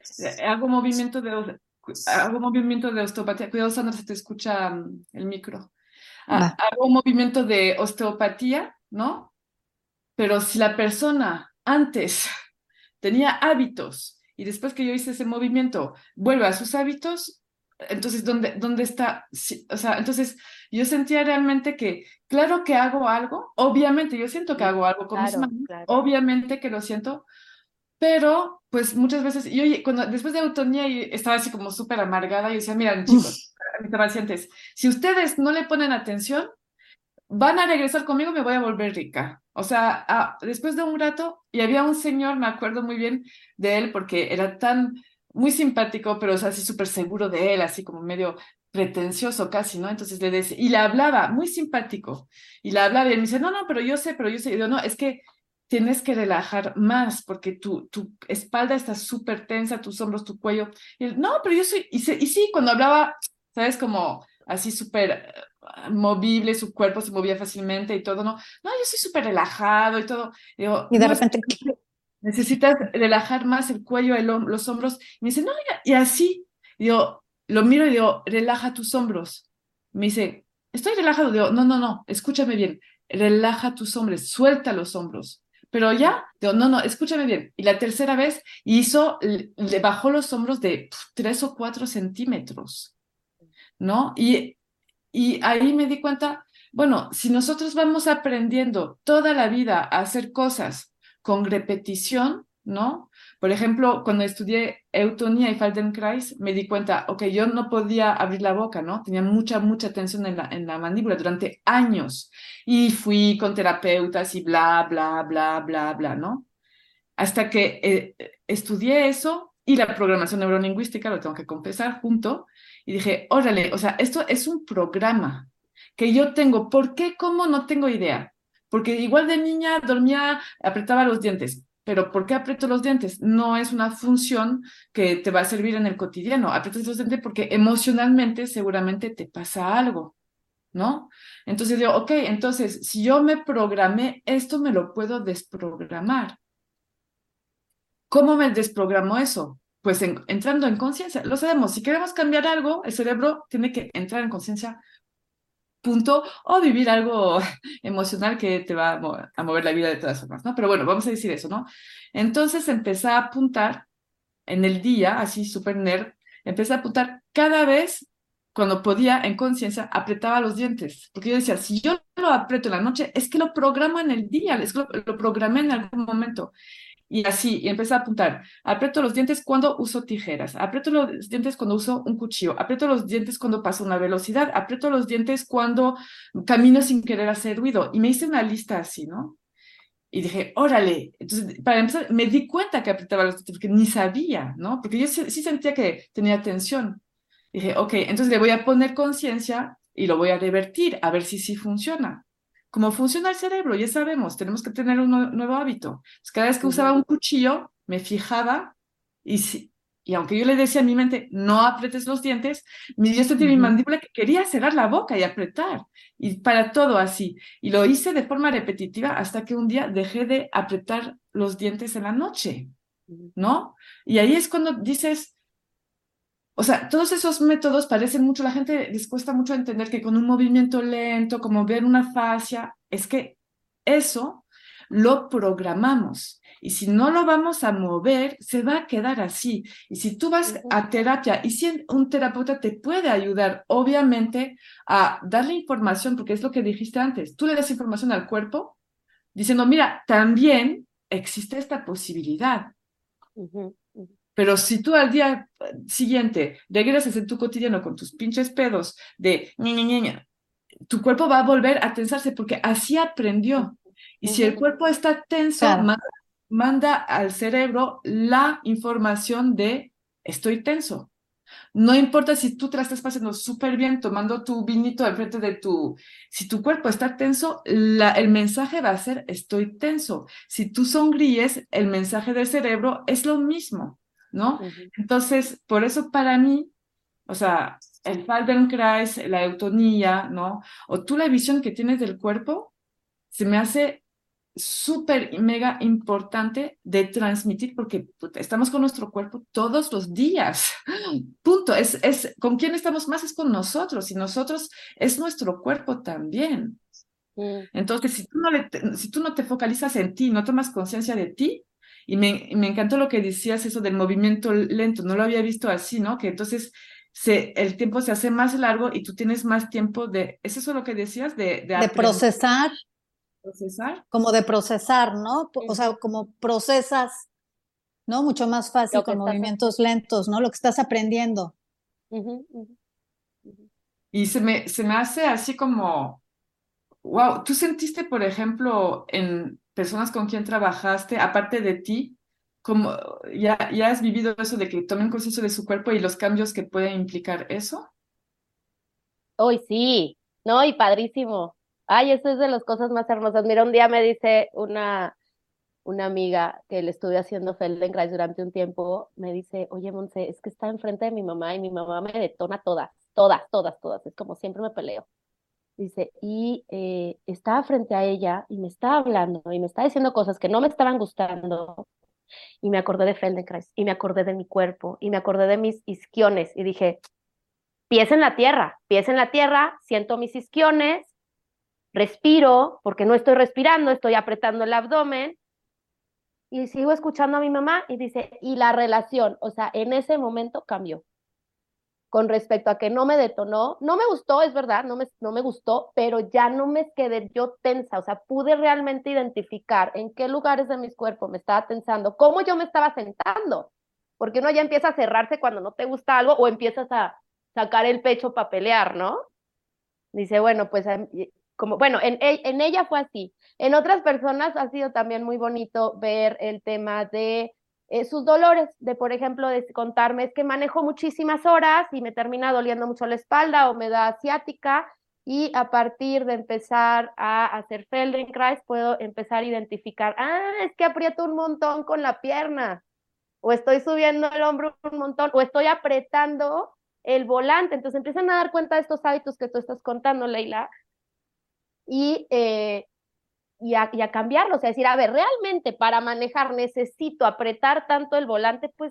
hago movimiento de osteopatía. Cuidado, Sandra, se te escucha el micro. Va. Hago un movimiento de osteopatía, ¿no? Pero si la persona antes tenía hábitos y después que yo hice ese movimiento vuelve a sus hábitos, entonces, ¿dónde está? Sí, o sea, entonces yo sentía realmente que, claro que hago algo, obviamente yo siento que Sí, hago algo con mis claro, manos, claro. obviamente que lo siento, pero, pues muchas veces, yo después de autonía y estaba así como súper amargada, y decía, miren chicos, a mis pacientes, si ustedes no le ponen atención, van a regresar conmigo, me voy a volver rica. O sea, después de un rato, y había un señor, me acuerdo muy bien de él, porque era tan, muy simpático, pero o sea, así súper seguro de él, así como medio pretencioso casi, ¿no? Entonces le decía, y le hablaba, muy simpático, y le hablaba, y él me dice, no, no, pero yo sé, y yo, no, es que tienes que relajar más, porque tu espalda está súper tensa, tus hombros, tu cuello, y él, no, pero yo soy, y sí, cuando hablaba, ¿sabes? Como así súper movible, su cuerpo se movía fácilmente y todo, ¿no? No, yo soy súper relajado y todo. Digo, Y de no, repente, necesitas relajar más el cuello, los hombros. Y me dice, no, y así. Y yo lo miro y digo, relaja tus hombros. Me dice, estoy relajado. Digo, no, no, no, escúchame bien, relaja tus hombros, suelta los hombros. Pero ya, digo, no, no, escúchame bien. Y la tercera vez le bajó los hombros de 3 o 4 centímetros, ¿no? Y ahí me di cuenta, bueno, si nosotros vamos aprendiendo toda la vida a hacer cosas con repetición, ¿no? Por ejemplo, cuando estudié eutonía y Feldenkrais, me di cuenta, ok, yo no podía abrir la boca, ¿no? Tenía mucha, mucha tensión en la mandíbula durante años. Y fui con terapeutas y bla, bla, bla, bla, bla, ¿no? Hasta que estudié eso y la programación neurolingüística, lo tengo que confesar, junto, y dije, órale, o sea, esto es un programa que yo tengo. ¿Por qué? ¿Cómo? No tengo idea. Porque igual de niña dormía, apretaba los dientes. Pero ¿por qué aprieto los dientes? No es una función que te va a servir en el cotidiano. Aprietas los dientes porque emocionalmente seguramente te pasa algo, ¿no? Entonces digo, ok, entonces si yo me programé, esto me lo puedo desprogramar. ¿Cómo me desprogramo eso? Pues entrando en conciencia. Lo sabemos, si queremos cambiar algo, el cerebro tiene que entrar en conciencia, punto, o vivir algo emocional que te va a mover la vida de todas formas, ¿no? Pero bueno, vamos a decir eso, ¿no? Entonces empecé a apuntar en el día, así súper nerd, empecé a apuntar cada vez cuando podía en conciencia, apretaba los dientes, porque yo decía, si yo lo aprieto en la noche, es que lo programo en el día, es que lo programé en algún momento. Y así, y empecé a apuntar. Aprieto los dientes cuando uso tijeras. Aprieto los dientes cuando uso un cuchillo. Aprieto los dientes cuando paso una velocidad. Aprieto los dientes cuando camino sin querer hacer ruido. Y me hice una lista así, ¿no? Y dije, órale. Entonces, para empezar, me di cuenta que apretaba los dientes porque ni sabía, ¿no? Porque yo sí sentía que tenía tensión. Dije, ok, entonces le voy a poner conciencia y lo voy a revertir a ver si sí funciona. Cómo funciona el cerebro, ya sabemos, tenemos que tener un nuevo hábito. Pues cada vez que usaba un cuchillo, me fijaba y aunque yo le decía a mi mente, no apretes los dientes, yo sentía mi mandíbula que quería cerrar la boca y apretar. Y para todo así. Y lo hice de forma repetitiva hasta que un día dejé de apretar los dientes en la noche, ¿no? Y ahí es cuando dices, o sea, todos esos métodos parecen mucho, la gente les cuesta mucho entender que con un movimiento lento, como ver una fascia, es que eso lo programamos. Y si no lo vamos a mover, se va a quedar así. Y si tú vas a terapia y si un terapeuta te puede ayudar, obviamente, a darle información, porque es lo que dijiste antes, tú le das información al cuerpo diciendo, mira, también existe esta posibilidad. Pero si tú al día siguiente regresas en tu cotidiano con tus pinches pedos de ña, tu cuerpo va a volver a tensarse porque así aprendió. Y si el cuerpo está tenso, Claro. manda al cerebro la información de estoy tenso. No importa si tú te la estás pasando súper bien tomando tu vinito al frente de tu... Si tu cuerpo está tenso, el mensaje va a ser estoy tenso. Si tú sonríes, el mensaje del cerebro es lo mismo, ¿no? Entonces, por eso para mí, o sea, el Feldenkrais, la eutonía, ¿no? O tú la visión que tienes del cuerpo, se me hace súper y mega importante de transmitir porque puta, estamos con nuestro cuerpo todos los días. Punto. ¿Con quién estamos más? Es con nosotros y nosotros es nuestro cuerpo también. Entonces, si tú no te focalizas en ti, no tomas conciencia de ti, y me encantó lo que decías, eso del movimiento lento, no lo había visto así, ¿no? Que entonces el tiempo se hace más largo y tú tienes más tiempo de, ¿es eso lo que decías? De De procesar, procesar. como de procesar, ¿no? O sea, como procesas, ¿no? Mucho más fácil Lo que con estás movimientos lentos, ¿no? Lo que estás aprendiendo. Y se me hace así como, wow, ¿tú sentiste, por ejemplo, en personas con quien trabajaste, aparte de ti, como ya has vivido eso de que tomen conciencia de su cuerpo y los cambios que puede implicar eso? Hoy sí, no, y padrísimo. Ay, eso es de las cosas más hermosas. Mira, un día me dice una amiga que le estuve haciendo Feldenkrais durante un tiempo, me dice, oye, Monse, es que está enfrente de mi mamá y mi mamá me detona todas, todas, todas, todas. Es como siempre me peleo. Dice, y estaba frente a ella y me estaba hablando y me estaba diciendo cosas que no me estaban gustando. Y me acordé de Feldenkrais, y me acordé de mi cuerpo, y me acordé de mis isquiones, y dije, pies en la tierra, siento mis isquiones, respiro, porque no estoy respirando, estoy apretando el abdomen, y sigo escuchando a mi mamá, y dice, y la relación, o sea, en ese momento cambió con respecto a que no me detonó, no me gustó, es verdad, no me gustó, pero ya no me quedé yo tensa, o sea, pude realmente identificar en qué lugares de mis cuerpos me estaba tensando, cómo yo me estaba sentando, porque uno ya empieza a cerrarse cuando no te gusta algo o empiezas a sacar el pecho para pelear, ¿no? Dice, bueno, pues como, bueno, en ella fue así. En otras personas ha sido también muy bonito ver el tema de sus dolores, de por ejemplo, de contarme, es que manejo muchísimas horas y me termina doliendo mucho la espalda o me da ciática y a partir de empezar a hacer Feldenkrais puedo empezar a identificar, es que aprieto un montón con la pierna o estoy subiendo el hombro un montón o estoy apretando el volante. Entonces empiezan a dar cuenta de estos hábitos que tú estás contando, Leila, y, y a cambiarlos, a decir, a ver, realmente para manejar necesito apretar tanto el volante, pues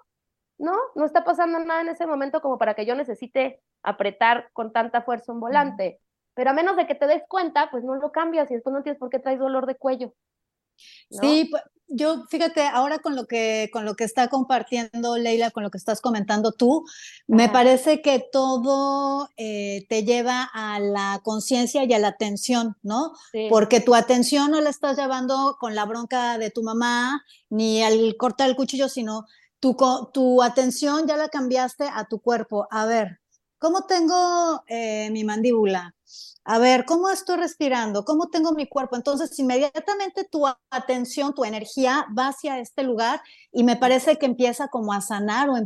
no está pasando nada en ese momento como para que yo necesite apretar con tanta fuerza un volante. Pero a menos de que te des cuenta, pues no lo cambias y después no tienes por qué traes dolor de cuello, ¿no? Sí, yo fíjate, ahora con lo que está compartiendo Leila, con lo que estás comentando tú, me parece que todo te lleva a la conciencia y a la atención, ¿no? Sí. Porque tu atención no la estás llevando con la bronca de tu mamá ni al cortar el cuchillo, sino tu atención ya la cambiaste a tu cuerpo. A ver, ¿cómo tengo mi mandíbula? A ver, ¿cómo estoy respirando? ¿Cómo tengo mi cuerpo? Entonces, inmediatamente tu atención, tu energía va hacia este lugar y me parece que empieza como a sanar o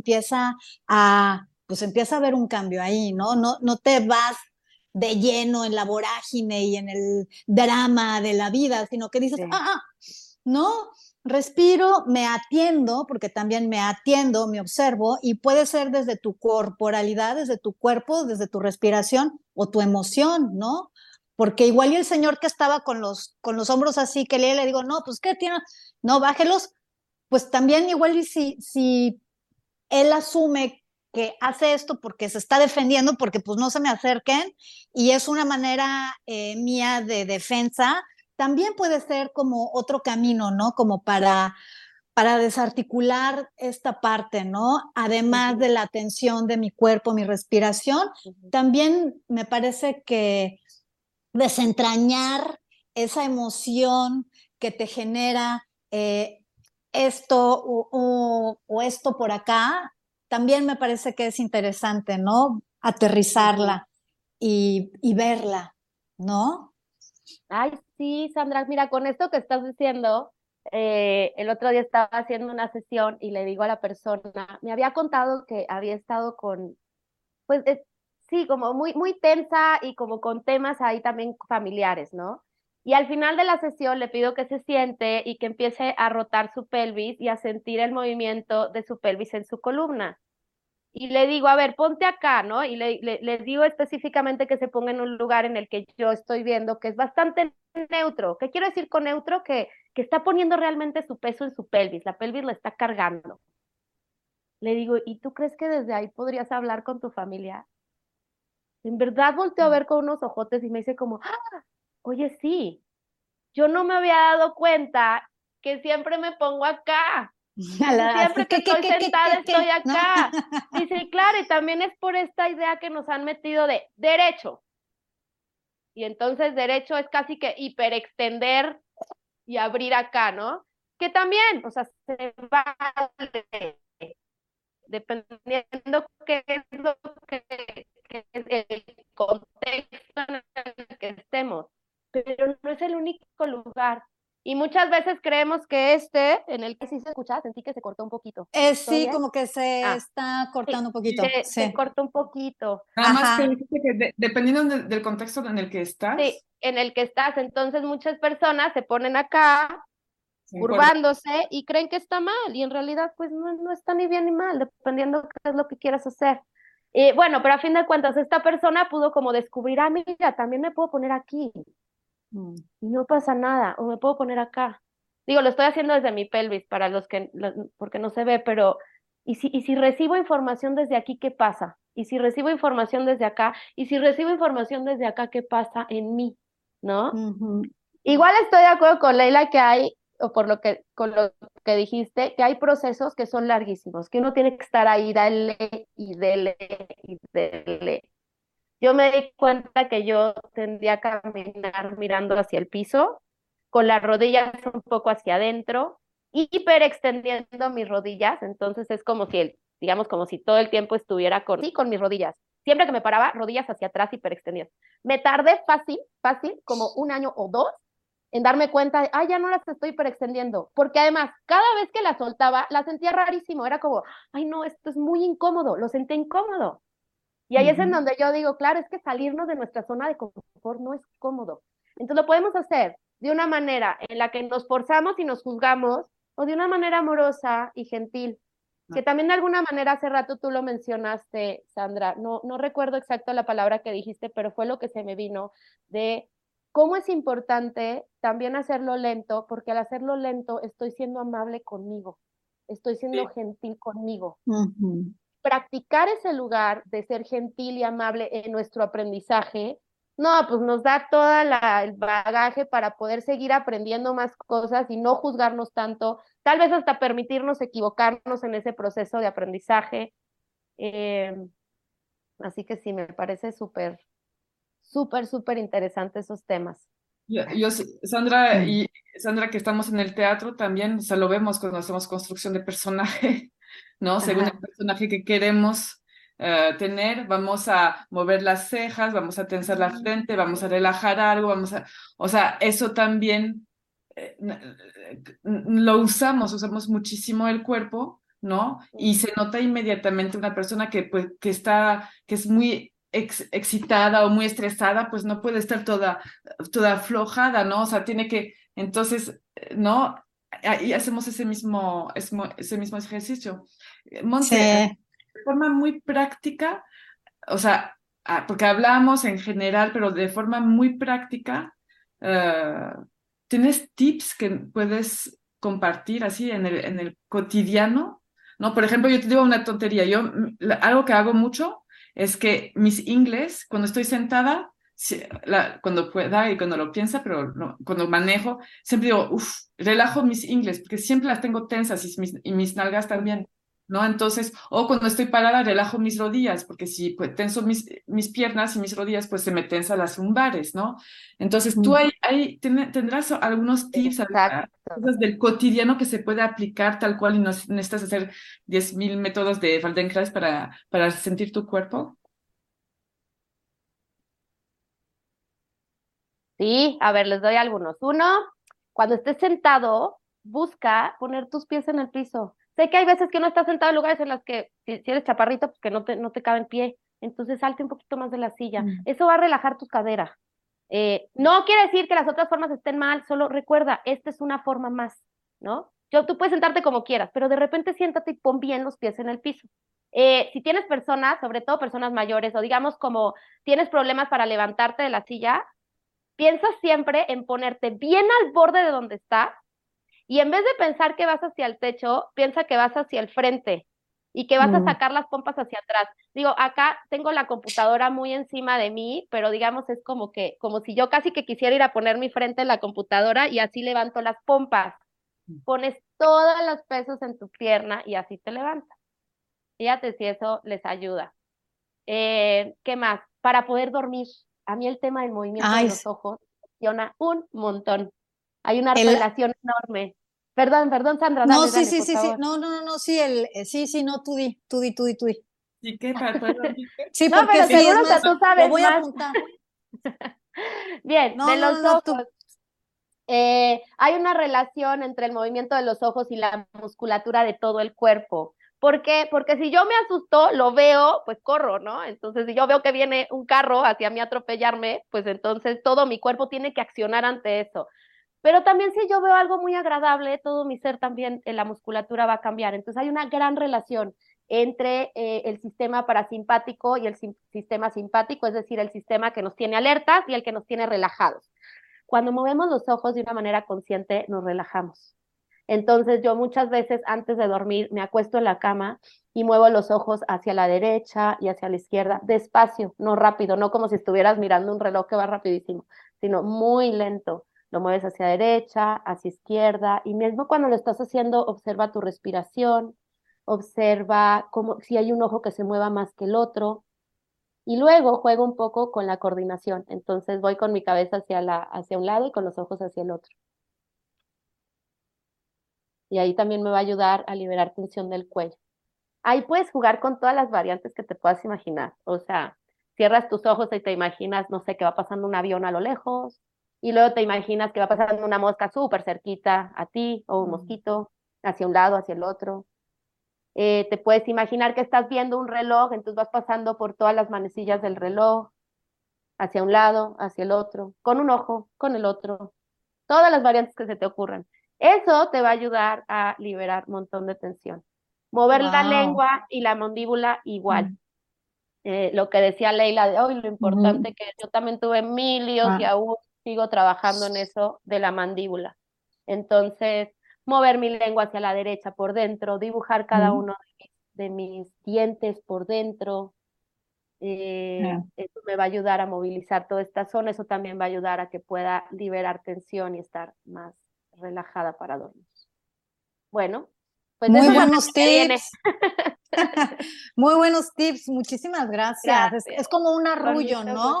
pues empieza a haber un cambio ahí, ¿no? No te vas de lleno en la vorágine y en el drama de la vida, sino que dices, no, respiro, me atiendo, porque también me atiendo, me observo, y puede ser desde tu corporalidad, desde tu cuerpo, desde tu respiración o tu emoción, ¿no? Porque igual y el señor que estaba con los hombros así, que le digo, no, pues ¿qué tiene? No, bájelos, pues también igual y si él asume que hace esto porque se está defendiendo, porque pues no se me acerquen, y es una manera mía de defensa, también puede ser como otro camino, ¿no? Como para desarticular esta parte, ¿no? Además de la atención de mi cuerpo, mi respiración, también me parece que desentrañar esa emoción que te genera esto o esto por acá, también me parece que es interesante, ¿no? Aterrizarla y verla, ¿no? Ay, sí, Sandra, mira, con esto que estás diciendo, el otro día estaba haciendo una sesión y le digo a la persona, me había contado que había estado con, pues sí, como muy tensa y como con temas ahí también familiares, ¿no? Y al final de la sesión le pido que se siente y que empiece a rotar su pelvis y a sentir el movimiento de su pelvis en su columna. Y le digo, a ver, ponte acá, ¿no? Y le digo específicamente que se ponga en un lugar en el que yo estoy viendo que es bastante neutro. ¿Qué quiero decir con neutro? Que está poniendo realmente su peso en su pelvis, la pelvis la está cargando. Le digo, ¿y tú crees que desde ahí podrías hablar con tu familia? En verdad volteó a ver con unos ojotes y me dice como, oye, sí, yo no me había dado cuenta que siempre me pongo acá. Siempre que estoy sentada estoy acá. Dice, claro, y también es por esta idea que nos han metido de derecho. Y entonces derecho es casi que hiperextender y abrir acá, ¿no? Que también, o sea, se vale, dependiendo qué es lo que es el contexto en el que estemos. Pero no es el único lugar. Y muchas veces creemos que en el que sí se escucha, sentí que se cortó un poquito. Sí, como que se está cortando un poquito. Se cortó un poquito. Nada más que dijiste que dependiendo del contexto en el que estás, Sí, en el que estás. Entonces muchas personas se ponen acá, se encuentra. curvándose y creen que está mal. Y en realidad, pues no está ni bien ni mal, dependiendo qué es lo que quieras hacer. Bueno, pero a fin de cuentas, esta persona pudo como descubrir, mira, también me puedo poner aquí y no pasa nada, o me puedo poner acá. Digo, lo estoy haciendo desde mi pelvis para porque no se ve, pero ¿y si recibo información desde aquí, qué pasa? ¿Y si recibo información desde acá? ¿Y si recibo información desde acá, qué pasa en mí? ¿No? Ujú. Igual estoy de acuerdo con Leila que hay, o con lo que dijiste, que hay procesos que son larguísimos, que uno tiene que estar ahí, dale y dele y dele. Yo me di cuenta que yo tendría a caminar mirando hacia el piso, con las rodillas un poco hacia adentro, hiper extendiendo mis rodillas, entonces es como si digamos, como si todo el tiempo estuviera sí, con mis rodillas. Siempre que me paraba, rodillas hacia atrás, hiper extendidas. Me tardé fácil, como 1 año o 2, en darme cuenta de, ya no las estoy hiperextendiendo, porque además, cada vez que la soltaba, la sentía rarísimo, era como, ay no, esto es muy incómodo, lo sentí incómodo. Y ahí es en donde yo digo, claro, es que salirnos de nuestra zona de confort no es cómodo. Entonces lo podemos hacer de una manera en la que nos forzamos y nos juzgamos, o de una manera amorosa y gentil, que también de alguna manera hace rato tú lo mencionaste, Sandra, no recuerdo exacto la palabra que dijiste, pero fue lo que se me vino, de cómo es importante también hacerlo lento, porque al hacerlo lento estoy siendo amable conmigo, estoy siendo Sí. gentil conmigo. Ujú. Practicar ese lugar de ser gentil y amable en nuestro aprendizaje, no, pues nos da todo el bagaje para poder seguir aprendiendo más cosas y no juzgarnos tanto, tal vez hasta permitirnos equivocarnos en ese proceso de aprendizaje. Eh, Así que sí, me parece súper interesante esos temas. Sandra Mm. y Sandra, que estamos en el teatro también, o sea, lo vemos cuando hacemos construcción de personaje, ¿no? Según el Ajá. personaje que queremos tener, vamos a mover las cejas, vamos a tensar la frente, vamos a relajar algo, o sea, eso también lo usamos muchísimo el cuerpo, ¿no? Y se nota inmediatamente una persona pues, que es muy excitada o muy estresada, pues no puede estar toda aflojada, ¿no? O sea, tiene que, entonces, ¿no? Ahí hacemos ese mismo ejercicio. Sí, Monse, de forma muy práctica, o sea, porque hablamos en general, pero de forma muy práctica, eh, ¿tienes tips que puedes compartir así en el cotidiano? ¿No? Por ejemplo, yo te digo una tontería. Algo que hago mucho es que mis inglés, cuando estoy sentada, cuando pueda y cuando lo piensa, pero cuando manejo, siempre digo, uff, relajo mis inglés, porque siempre las tengo tensas y mis nalgas también. ¿No? Entonces, o cuando estoy parada, relajo mis rodillas, porque si pues, tenso mis piernas y mis rodillas, pues se me tensan las lumbares, ¿no? Entonces, tú mm, tendrás algunos tips, Exacto. cosas del cotidiano que se puede aplicar tal cual y no necesitas hacer 10.000 métodos de Feldenkrais para sentir tu cuerpo. Sí, a ver, les doy algunos. Uno, cuando estés sentado, busca poner tus pies en el piso. Sé que hay veces que no estás sentado en lugares en los que, si eres chaparrito, pues que no te cabe en pie. Entonces salte un poquito más de la silla. mm. Eso va a relajar tus caderas. No quiere decir que las otras formas estén mal, solo recuerda, esta es una forma más, ¿no? Tú puedes sentarte como quieras, pero de repente siéntate y pon bien los pies en el piso. Si tienes personas, sobre todo personas mayores, o digamos como tienes problemas para levantarte de la silla, piensa siempre en ponerte bien al borde de donde estás y en vez de pensar que vas hacia el techo, piensa que vas hacia el frente y que vas a Mm. sacar las pompas hacia atrás. Digo, acá tengo la computadora muy encima de mí, pero digamos es como si yo casi que quisiera ir a poner mi frente en la computadora y así levanto las pompas. Pones todos los pesos en tu pierna y así te levantas. Fíjate si eso les ayuda. ¿Qué más? Para poder dormir. A mí el tema del movimiento de Ay, los ojos me funciona un montón. Hay una el, relación enorme. Perdón, Sandra, no, dale, sí, dale, sí, por sí, sí, favor. no, sí, sí, sí, no, tú di. ¿Y qué? ¿Para poder dormir? Sí, No, porque pero sí, seguro es hasta más, tú lo sabes voy a más. apuntar. Bien, de los Tú. ojos. Hay una relación entre el movimiento de los ojos y la musculatura de todo el cuerpo. ¿Por qué? Porque si yo me asusto, lo veo, pues corro, ¿no? Entonces, si yo veo que viene un carro hacia mí a atropellarme, pues entonces todo mi cuerpo tiene que accionar ante eso. Pero también si yo veo algo muy agradable, todo mi ser también, la musculatura va a cambiar. Entonces hay una gran relación entre el sistema parasimpático y el sistema simpático, es decir, el sistema que nos tiene alertas y el que nos tiene relajados. Cuando movemos los ojos de una manera consciente, nos relajamos. Entonces yo muchas veces antes de dormir me acuesto en la cama y muevo los ojos hacia la derecha y hacia la izquierda, despacio, no rápido, no como si estuvieras mirando un reloj que va rapidísimo, sino muy lento. Lo mueves hacia derecha, hacia izquierda, y mismo cuando lo estás haciendo, observa tu respiración, observa cómo, si hay un ojo que se mueva más que el otro, y luego juego un poco con la coordinación. Entonces voy con mi cabeza hacia un lado y con los ojos hacia el otro. Y ahí también me va a ayudar a liberar tensión del cuello. Ahí puedes jugar con todas las variantes que te puedas imaginar. O sea, cierras tus ojos y te imaginas, no sé, que va pasando un avión a lo lejos, y luego te imaginas que va pasando una mosca súper cerquita a ti, o un mosquito, hacia un lado, hacia el otro. Te puedes imaginar que estás viendo un reloj, entonces vas pasando por todas las manecillas del reloj, hacia un lado, hacia el otro, con un ojo, con el otro, todas las variantes que se te ocurran. Eso te va a ayudar a liberar un montón de tensión. Mover la Wow. lengua y la mandíbula igual. Lo que decía Leila de hoy, lo importante que yo también tuve mil líos y Ah, aún sigo trabajando en eso de la mandíbula. Entonces, mover mi lengua hacia la derecha por dentro, dibujar cada mm, uno de mis dientes por dentro, yeah. eso me va a ayudar a movilizar toda esta zona, eso también va a ayudar a que pueda liberar tensión y estar más relajada para dormir. Bueno, pues Muy eso es lo buenos que me viene. tips. Muy buenos tips. Muchísimas gracias. Gracias. Es como un Con arrullo, mucho gusto. ¿no?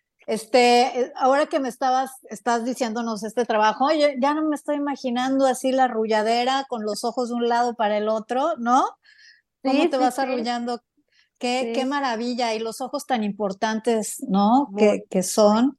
Ahora que estás diciéndonos este trabajo, yo ya no me estoy imaginando así la arrulladera con los ojos de un lado para el otro, ¿no? ¿Cómo Sí, te sí, vas sí, arrullando? Qué sí, maravilla. Y los ojos tan importantes, ¿no? muy, Que muy. son.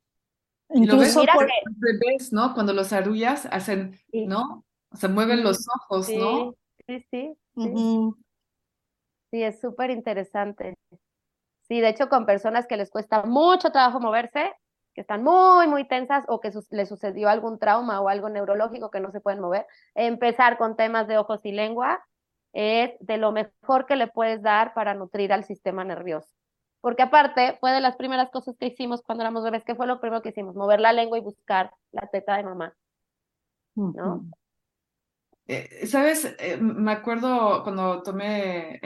Y lo Y ves Incluso mira por. que los bebés, ¿no? Cuando los arrullas, hacen, sí, ¿no? O sea, mueven mm, los ojos, sí, ¿no? sí, sí, sí, Ujú. sí, es súper interesante. Sí, de hecho, con personas que les cuesta mucho trabajo moverse, que están muy, muy tensas o que les sucedió algún trauma o algo neurológico que no se pueden mover, empezar con temas de ojos y lengua es de lo mejor que le puedes dar para nutrir al sistema nervioso. Porque aparte, fue de las primeras cosas que hicimos cuando éramos bebés, que fue lo primero que hicimos, mover la lengua y buscar la teta de mamá, ¿no? Ujú. ¿Sabes? Me acuerdo cuando tomé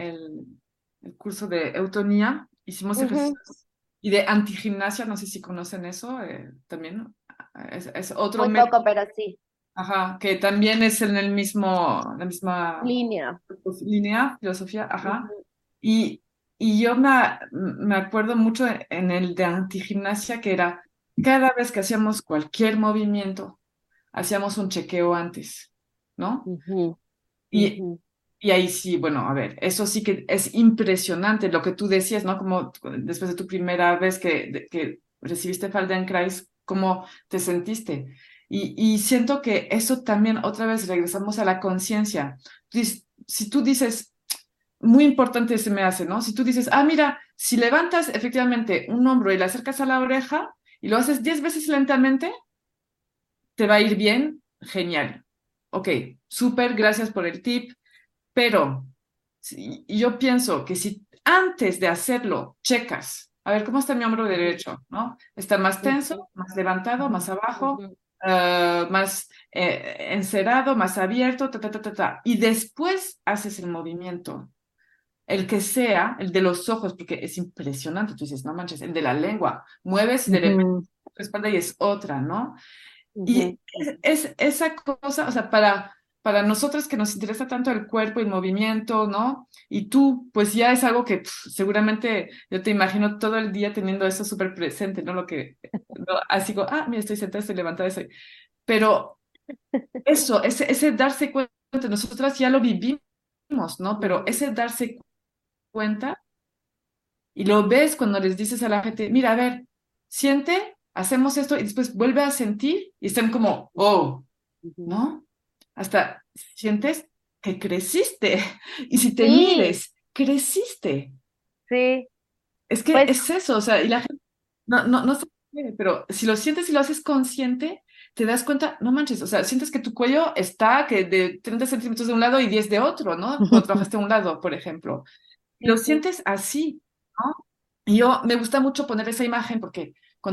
el curso de eutonía, hicimos Ujú. ejercicios y de antigimnasia, no sé si conocen eso, también es otro Muy método, poco, pero sí. ajá, que también es en la misma Línea. línea, filosofía, ajá. Ujú. Y, y yo me acuerdo mucho en el de antigimnasia que era cada vez que hacíamos cualquier movimiento, hacíamos un chequeo antes, ¿no? Ujú. Y, Ujú. y ahí sí, bueno, a ver, eso sí que es impresionante lo que tú decías, ¿no? Como después de tu primera vez que recibiste Feldenkrais, ¿cómo te sentiste? Y siento que eso también, otra vez, regresamos a la conciencia. Si tú dices, muy importante se me hace, ¿no? Si tú dices, ah, mira, si levantas efectivamente un hombro y le acercas a la oreja y lo haces 10 veces lentamente, te va a ir bien, genial. Ok, súper, gracias por el tip, pero yo pienso que si antes de hacerlo checas, a ver, ¿cómo está mi hombro derecho? ¿No? ¿Está más tenso, Ujú. más levantado, más abajo, Ujú. más encerado, más abierto, y después haces el movimiento? El que sea, el de los ojos, porque es impresionante, tú dices, no manches, el de la lengua, mueves y de repente Ujú. tu espalda y es otra, ¿no? Ujú. Y es esa cosa, o sea, para nosotras que nos interesa tanto el cuerpo y el movimiento, ¿no? Y tú, pues ya es algo que seguramente yo te imagino todo el día teniendo eso súper presente, ¿no? Lo que, ¿no? Así como, ah, mira, estoy sentada, estoy levantada, estoy. Pero eso, ese darse cuenta, nosotras ya lo vivimos, ¿no? Pero Ujú. ese darse cuenta y lo ves cuando les dices a la gente, mira, a ver, siente, hacemos esto y después vuelve a sentir y están como, oh, Ujú. ¿no? Hasta sientes que creciste. Y si te Sí, mides, creciste. sí, Es que pues es eso, o sea, y la gente no se puede, pero si lo sientes y lo haces consciente, te das cuenta, no manches, o sea, sientes que tu cuello está que de 30 centímetros de un lado y 10 de otro, ¿no? Cuando trabajaste a un lado, por ejemplo. Lo sí, sí. sientes así, ¿no? Y yo me gusta mucho poner esa imagen porque cuando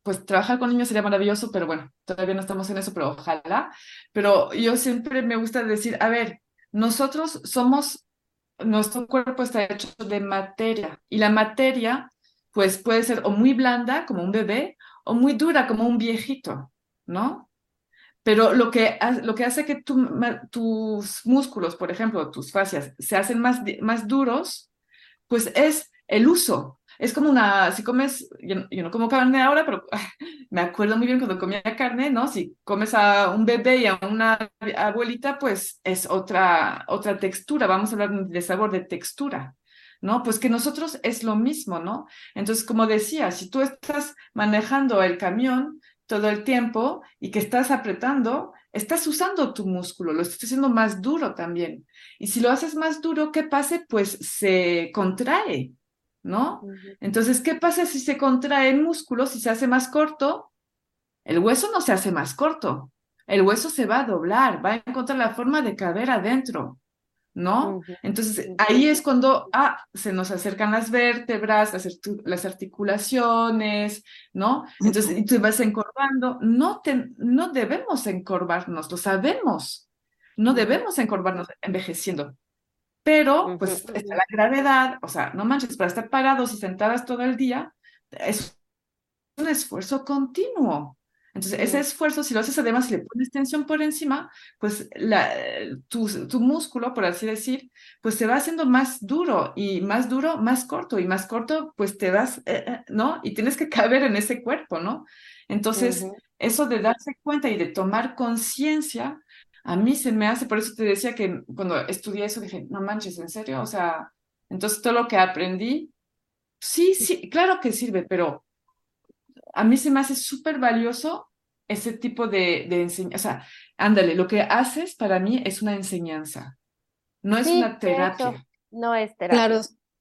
pues trabajar con niños sería maravilloso, pero bueno, todavía no estamos en eso, pero ojalá. Pero yo siempre me gusta decir, a ver, nosotros somos, nuestro cuerpo está hecho de materia y la materia pues puede ser o muy blanda como un bebé o muy dura como un viejito, ¿no? Pero lo que hace que tus músculos, por ejemplo, tus fascias, se hacen más duros, pues es el uso. Es como si comes, yo no como carne ahora, pero me acuerdo muy bien cuando comía carne, ¿no? Si comes a un bebé y a una abuelita, pues es otra textura. Vamos a hablar de sabor, de textura, ¿no? Pues que nosotros es lo mismo, ¿no? Entonces, como decía, si tú estás manejando el camión todo el tiempo y que estás apretando, estás usando tu músculo, lo estás haciendo más duro también. Y si lo haces más duro, ¿qué pasa? Pues se contrae, ¿no? Ujú, Entonces, ¿qué pasa si se contrae el músculo, si se hace más corto? El hueso no se hace más corto, el hueso se va a doblar, va a encontrar la forma de caber adentro, ¿no? ujú, Entonces, ujú, ahí es cuando, se nos acercan las vértebras, las articulaciones, ¿no? Entonces, y tú vas encorvando. No debemos encorvarnos, lo sabemos. No ujú, debemos encorvarnos envejeciendo. Pero, ujú, pues, está ujú, la gravedad, o sea, no manches, para estar parados y sentadas todo el día, es un esfuerzo continuo. Entonces, ese ujú, esfuerzo, si lo haces además, si le pones tensión por encima, pues tu músculo, por así decir, pues se va haciendo más duro, más corto, pues te vas, ¿no? Y tienes que caber en ese cuerpo, ¿no? Entonces, ujú. eso de darse cuenta y de tomar conciencia, a mí se me hace, por eso te decía que cuando estudié eso dije, no manches, ¿en serio? O sea, entonces todo lo que aprendí, sí, sí, claro que sirve, pero a mí se me hace súper valioso ese tipo de enseñanza. O sea, ándale, lo que haces para mí es una enseñanza, no es Sí, una de hecho, terapia. no es Claro, terapia.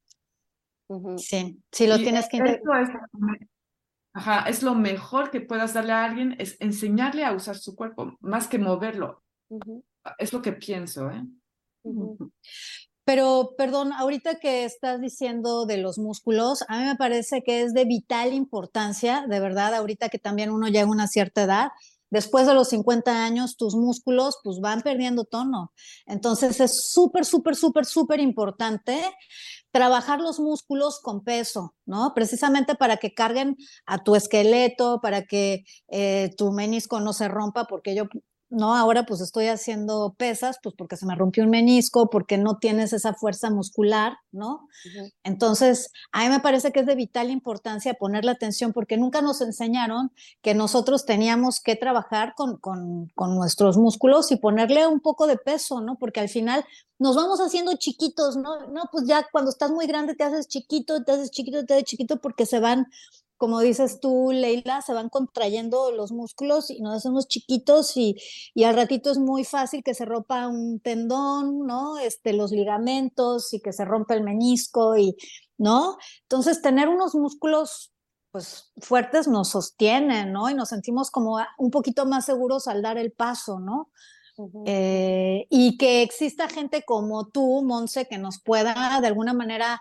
Ujú, sí, sí lo Y tienes que esto es, ajá, es lo mejor que puedas darle a alguien, es enseñarle a usar su cuerpo, más que moverlo. ujú, Es lo que pienso, ¿eh? ujú, Pero, perdón, ahorita que estás diciendo de los músculos, a mí me parece que es de vital importancia, de verdad, ahorita que también uno llega a una cierta edad, después de los 50 años, tus músculos pues van perdiendo tono. Entonces es súper, súper, súper, súper importante trabajar los músculos con peso, ¿no? Precisamente para que carguen a tu esqueleto, para que tu menisco no se rompa, porque yo no, ahora pues estoy haciendo pesas, pues porque se me rompió un menisco, porque no tienes esa fuerza muscular, ¿no? ujú, Entonces, a mí me parece que es de vital importancia ponerle atención porque nunca nos enseñaron que nosotros teníamos que trabajar con nuestros músculos y ponerle un poco de peso, ¿no? Porque al final nos vamos haciendo chiquitos, ¿no? No, pues ya cuando estás muy grande te haces chiquito, te haces chiquito, te haces chiquito porque se van, como dices tú, Leila, se van contrayendo los músculos y nos hacemos chiquitos y al ratito es muy fácil que se rompa un tendón, ¿no? Los ligamentos y que se rompa el menisco y, ¿no? Entonces, tener unos músculos pues fuertes nos sostienen, ¿no? Y nos sentimos como un poquito más seguros al dar el paso, ¿no? ujú. Y que exista gente como tú, Monse, que nos pueda de alguna manera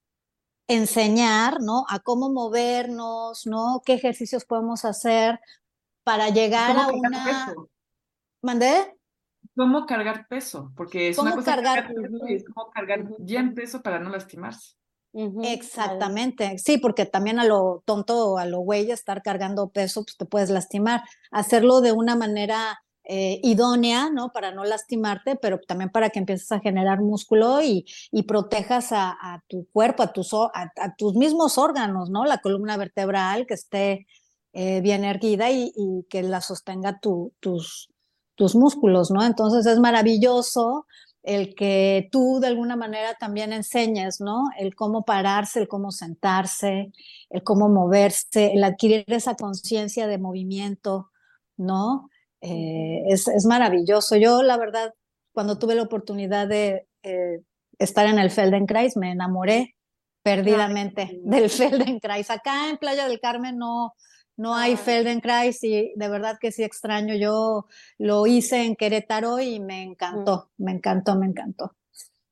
enseñar, ¿no? A cómo movernos, ¿no? ¿Qué ejercicios podemos hacer para ¿Y llegar cómo a cargar una... peso? ¿Mandé? ¿Cómo cargar peso? Porque es una ¿Cómo cosa cargar? cargar peso y Ujú, es como cargar ujú, bien peso para no lastimarse. ujú. Exactamente, sí, porque también a lo tonto o a lo güey estar cargando peso, pues te puedes lastimar. Hacerlo de una manera idónea, ¿no? Para no lastimarte, pero también para que empieces a generar músculo y protejas a tu cuerpo, a tus mismos órganos, ¿no? La columna vertebral que esté bien erguida y que la sostenga tus músculos, ¿no? Entonces es maravilloso el que tú de alguna manera también enseñes, ¿no? El cómo pararse, el cómo sentarse, el cómo moverse, el adquirir esa conciencia de movimiento, ¿no? Ujú. Es maravilloso. Yo, la verdad, cuando tuve la oportunidad de estar en el Feldenkrais, me enamoré Ay, perdidamente sí. del Feldenkrais. Acá en Playa del Carmen no hay Ay, Feldenkrais y de verdad que sí extraño. Yo lo hice en Querétaro y me ujú. encantó, me encantó, me encantó.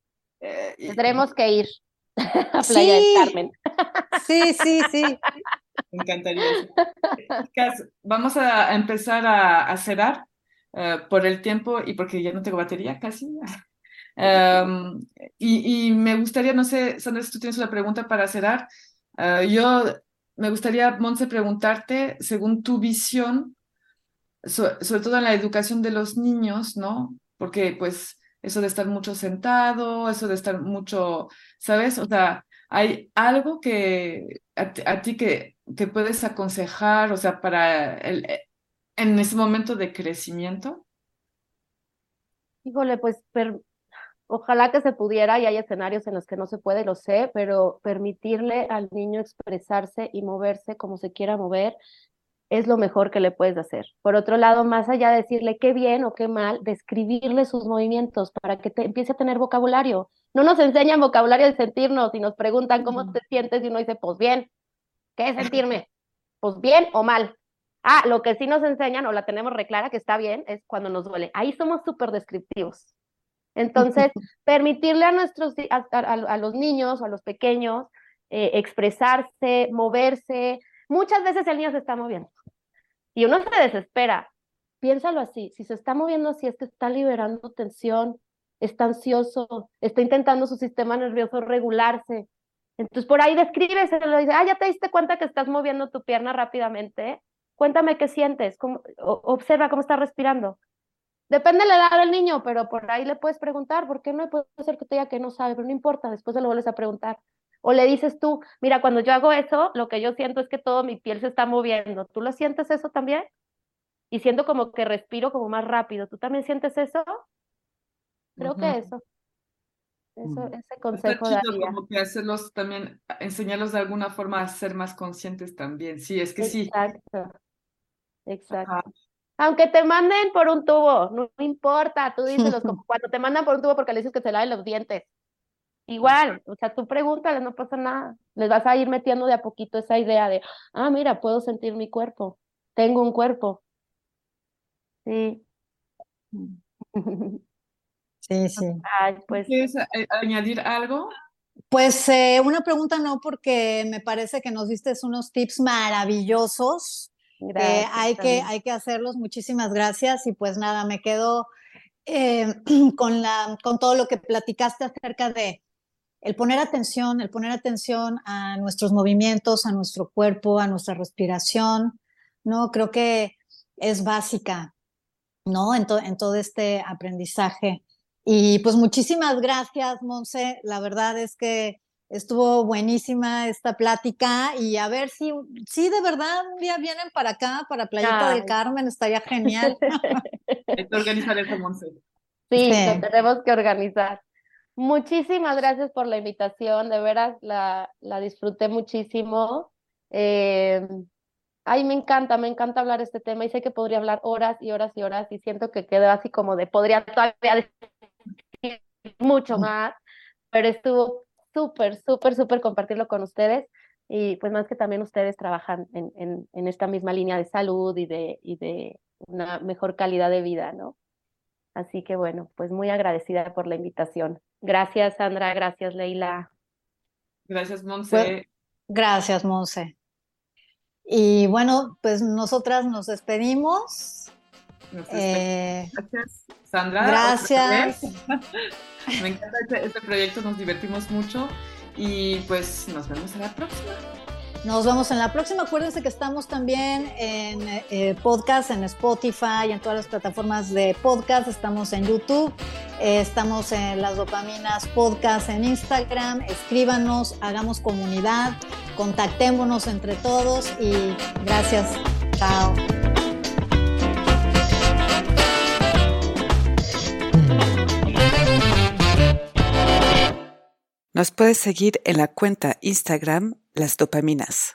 Eh, y- Tendremos que ir a Playa del Sí, Carmen. sí, sí, sí. Me encantaría eso. Chicas, vamos a empezar a cerrar por el tiempo y porque ya no tengo batería casi. Um, y me gustaría, no sé, Sandra, si tú tienes una pregunta para cerrar. Yo me gustaría, Montse, preguntarte, según tu visión, sobre todo en la educación de los niños, ¿no? Porque pues eso de estar mucho sentado, eso de estar mucho, ¿sabes? O sea, ¿hay algo que a ti que puedes aconsejar, o sea, para en ese momento de crecimiento? Híjole, pues ojalá que se pudiera y hay escenarios en los que no se puede, lo sé, pero permitirle al niño expresarse y moverse como se quiera mover es lo mejor que le puedes hacer. Por otro lado, más allá de decirle qué bien o qué mal, describirle sus movimientos para que empiece a tener vocabulario. No nos enseñan vocabulario de sentirnos y nos preguntan cómo te sientes y uno dice, pues bien, ¿qué es sentirme? Pues bien o mal. Ah, lo que sí nos enseñan o la tenemos reclara que está bien es cuando nos duele. Ahí somos súper descriptivos. Entonces, permitirle a a los niños o a los pequeños expresarse, moverse. Muchas veces el niño se está moviendo y uno se desespera. Piénsalo así, si se está moviendo así es que está liberando tensión, está ansioso, está intentando su sistema nervioso regularse. Entonces por ahí descríbeselo, dice, ya te diste cuenta que estás moviendo tu pierna rápidamente, cuéntame qué sientes, observa cómo estás respirando. Depende de la edad del niño, pero por ahí le puedes preguntar, ¿por qué no? Puede ser que te diga que no sabe, pero no importa, después se lo vuelves a preguntar. O le dices tú, mira, cuando yo hago eso, lo que yo siento es que todo mi piel se está moviendo. ¿Tú lo sientes eso también? Y siento como que respiro como más rápido. ¿Tú también sientes eso? Creo que ese Está consejo chido daría. como que hacerlos también, enseñarlos de alguna forma a ser más conscientes también. Sí, es que sí. Exacto, Ajá. exacto. Aunque te manden por un tubo, no importa, tú díselos como cuando te mandan por un tubo porque le dices que se laven los dientes. Igual, o sea, tú pregúntale, no pasa nada. Les vas a ir metiendo de a poquito esa idea de, mira, puedo sentir mi cuerpo, tengo un cuerpo. Sí. Sí, sí. Ay, pues, ¿Quieres añadir algo? Pues una pregunta no, porque me parece que nos diste unos tips maravillosos. gracias también. Hay que hacerlos. Muchísimas gracias. Y pues nada, me quedo eh, con todo lo que platicaste acerca de el poner atención a nuestros movimientos, a nuestro cuerpo, a nuestra respiración, ¿no? Creo que es básica, ¿no? En todo este aprendizaje. Y pues muchísimas gracias, Monse. La verdad es que estuvo buenísima esta plática y a ver si de verdad un día vienen para acá, para Playita del Ay. Carmen, estaría genial. Hay que organizar eso, Monse. Sí, lo Sí. tenemos que organizar. Muchísimas gracias por la invitación, de veras la disfruté muchísimo. Eh, me encanta hablar de este tema y sé que podría hablar horas y horas y horas y siento que quedó así como de, podría todavía decir mucho más, pero estuvo súper, súper, súper compartirlo con ustedes y pues más que también ustedes trabajan en esta misma línea de salud y de una mejor calidad de vida, ¿no? Así que bueno, pues muy agradecida por la invitación. Gracias, Sandra, gracias, Leila. Gracias, Pues, Monse. gracias, Monse. Y bueno, pues nosotras nos despedimos. Nos despedimos. Eh, Gracias, Sandra, otra vez. gracias. Me encanta este proyecto, nos divertimos mucho y pues nos vemos en la próxima. Nos vemos en la próxima. Acuérdense que estamos también en podcast, en Spotify, en todas las plataformas de podcast. Estamos en YouTube, estamos en Las Dopaminas Podcast en Instagram. Escríbanos, hagamos comunidad, contactémonos entre todos y gracias. Chao. Nos puedes seguir en la cuenta Instagram Las Dopaminas.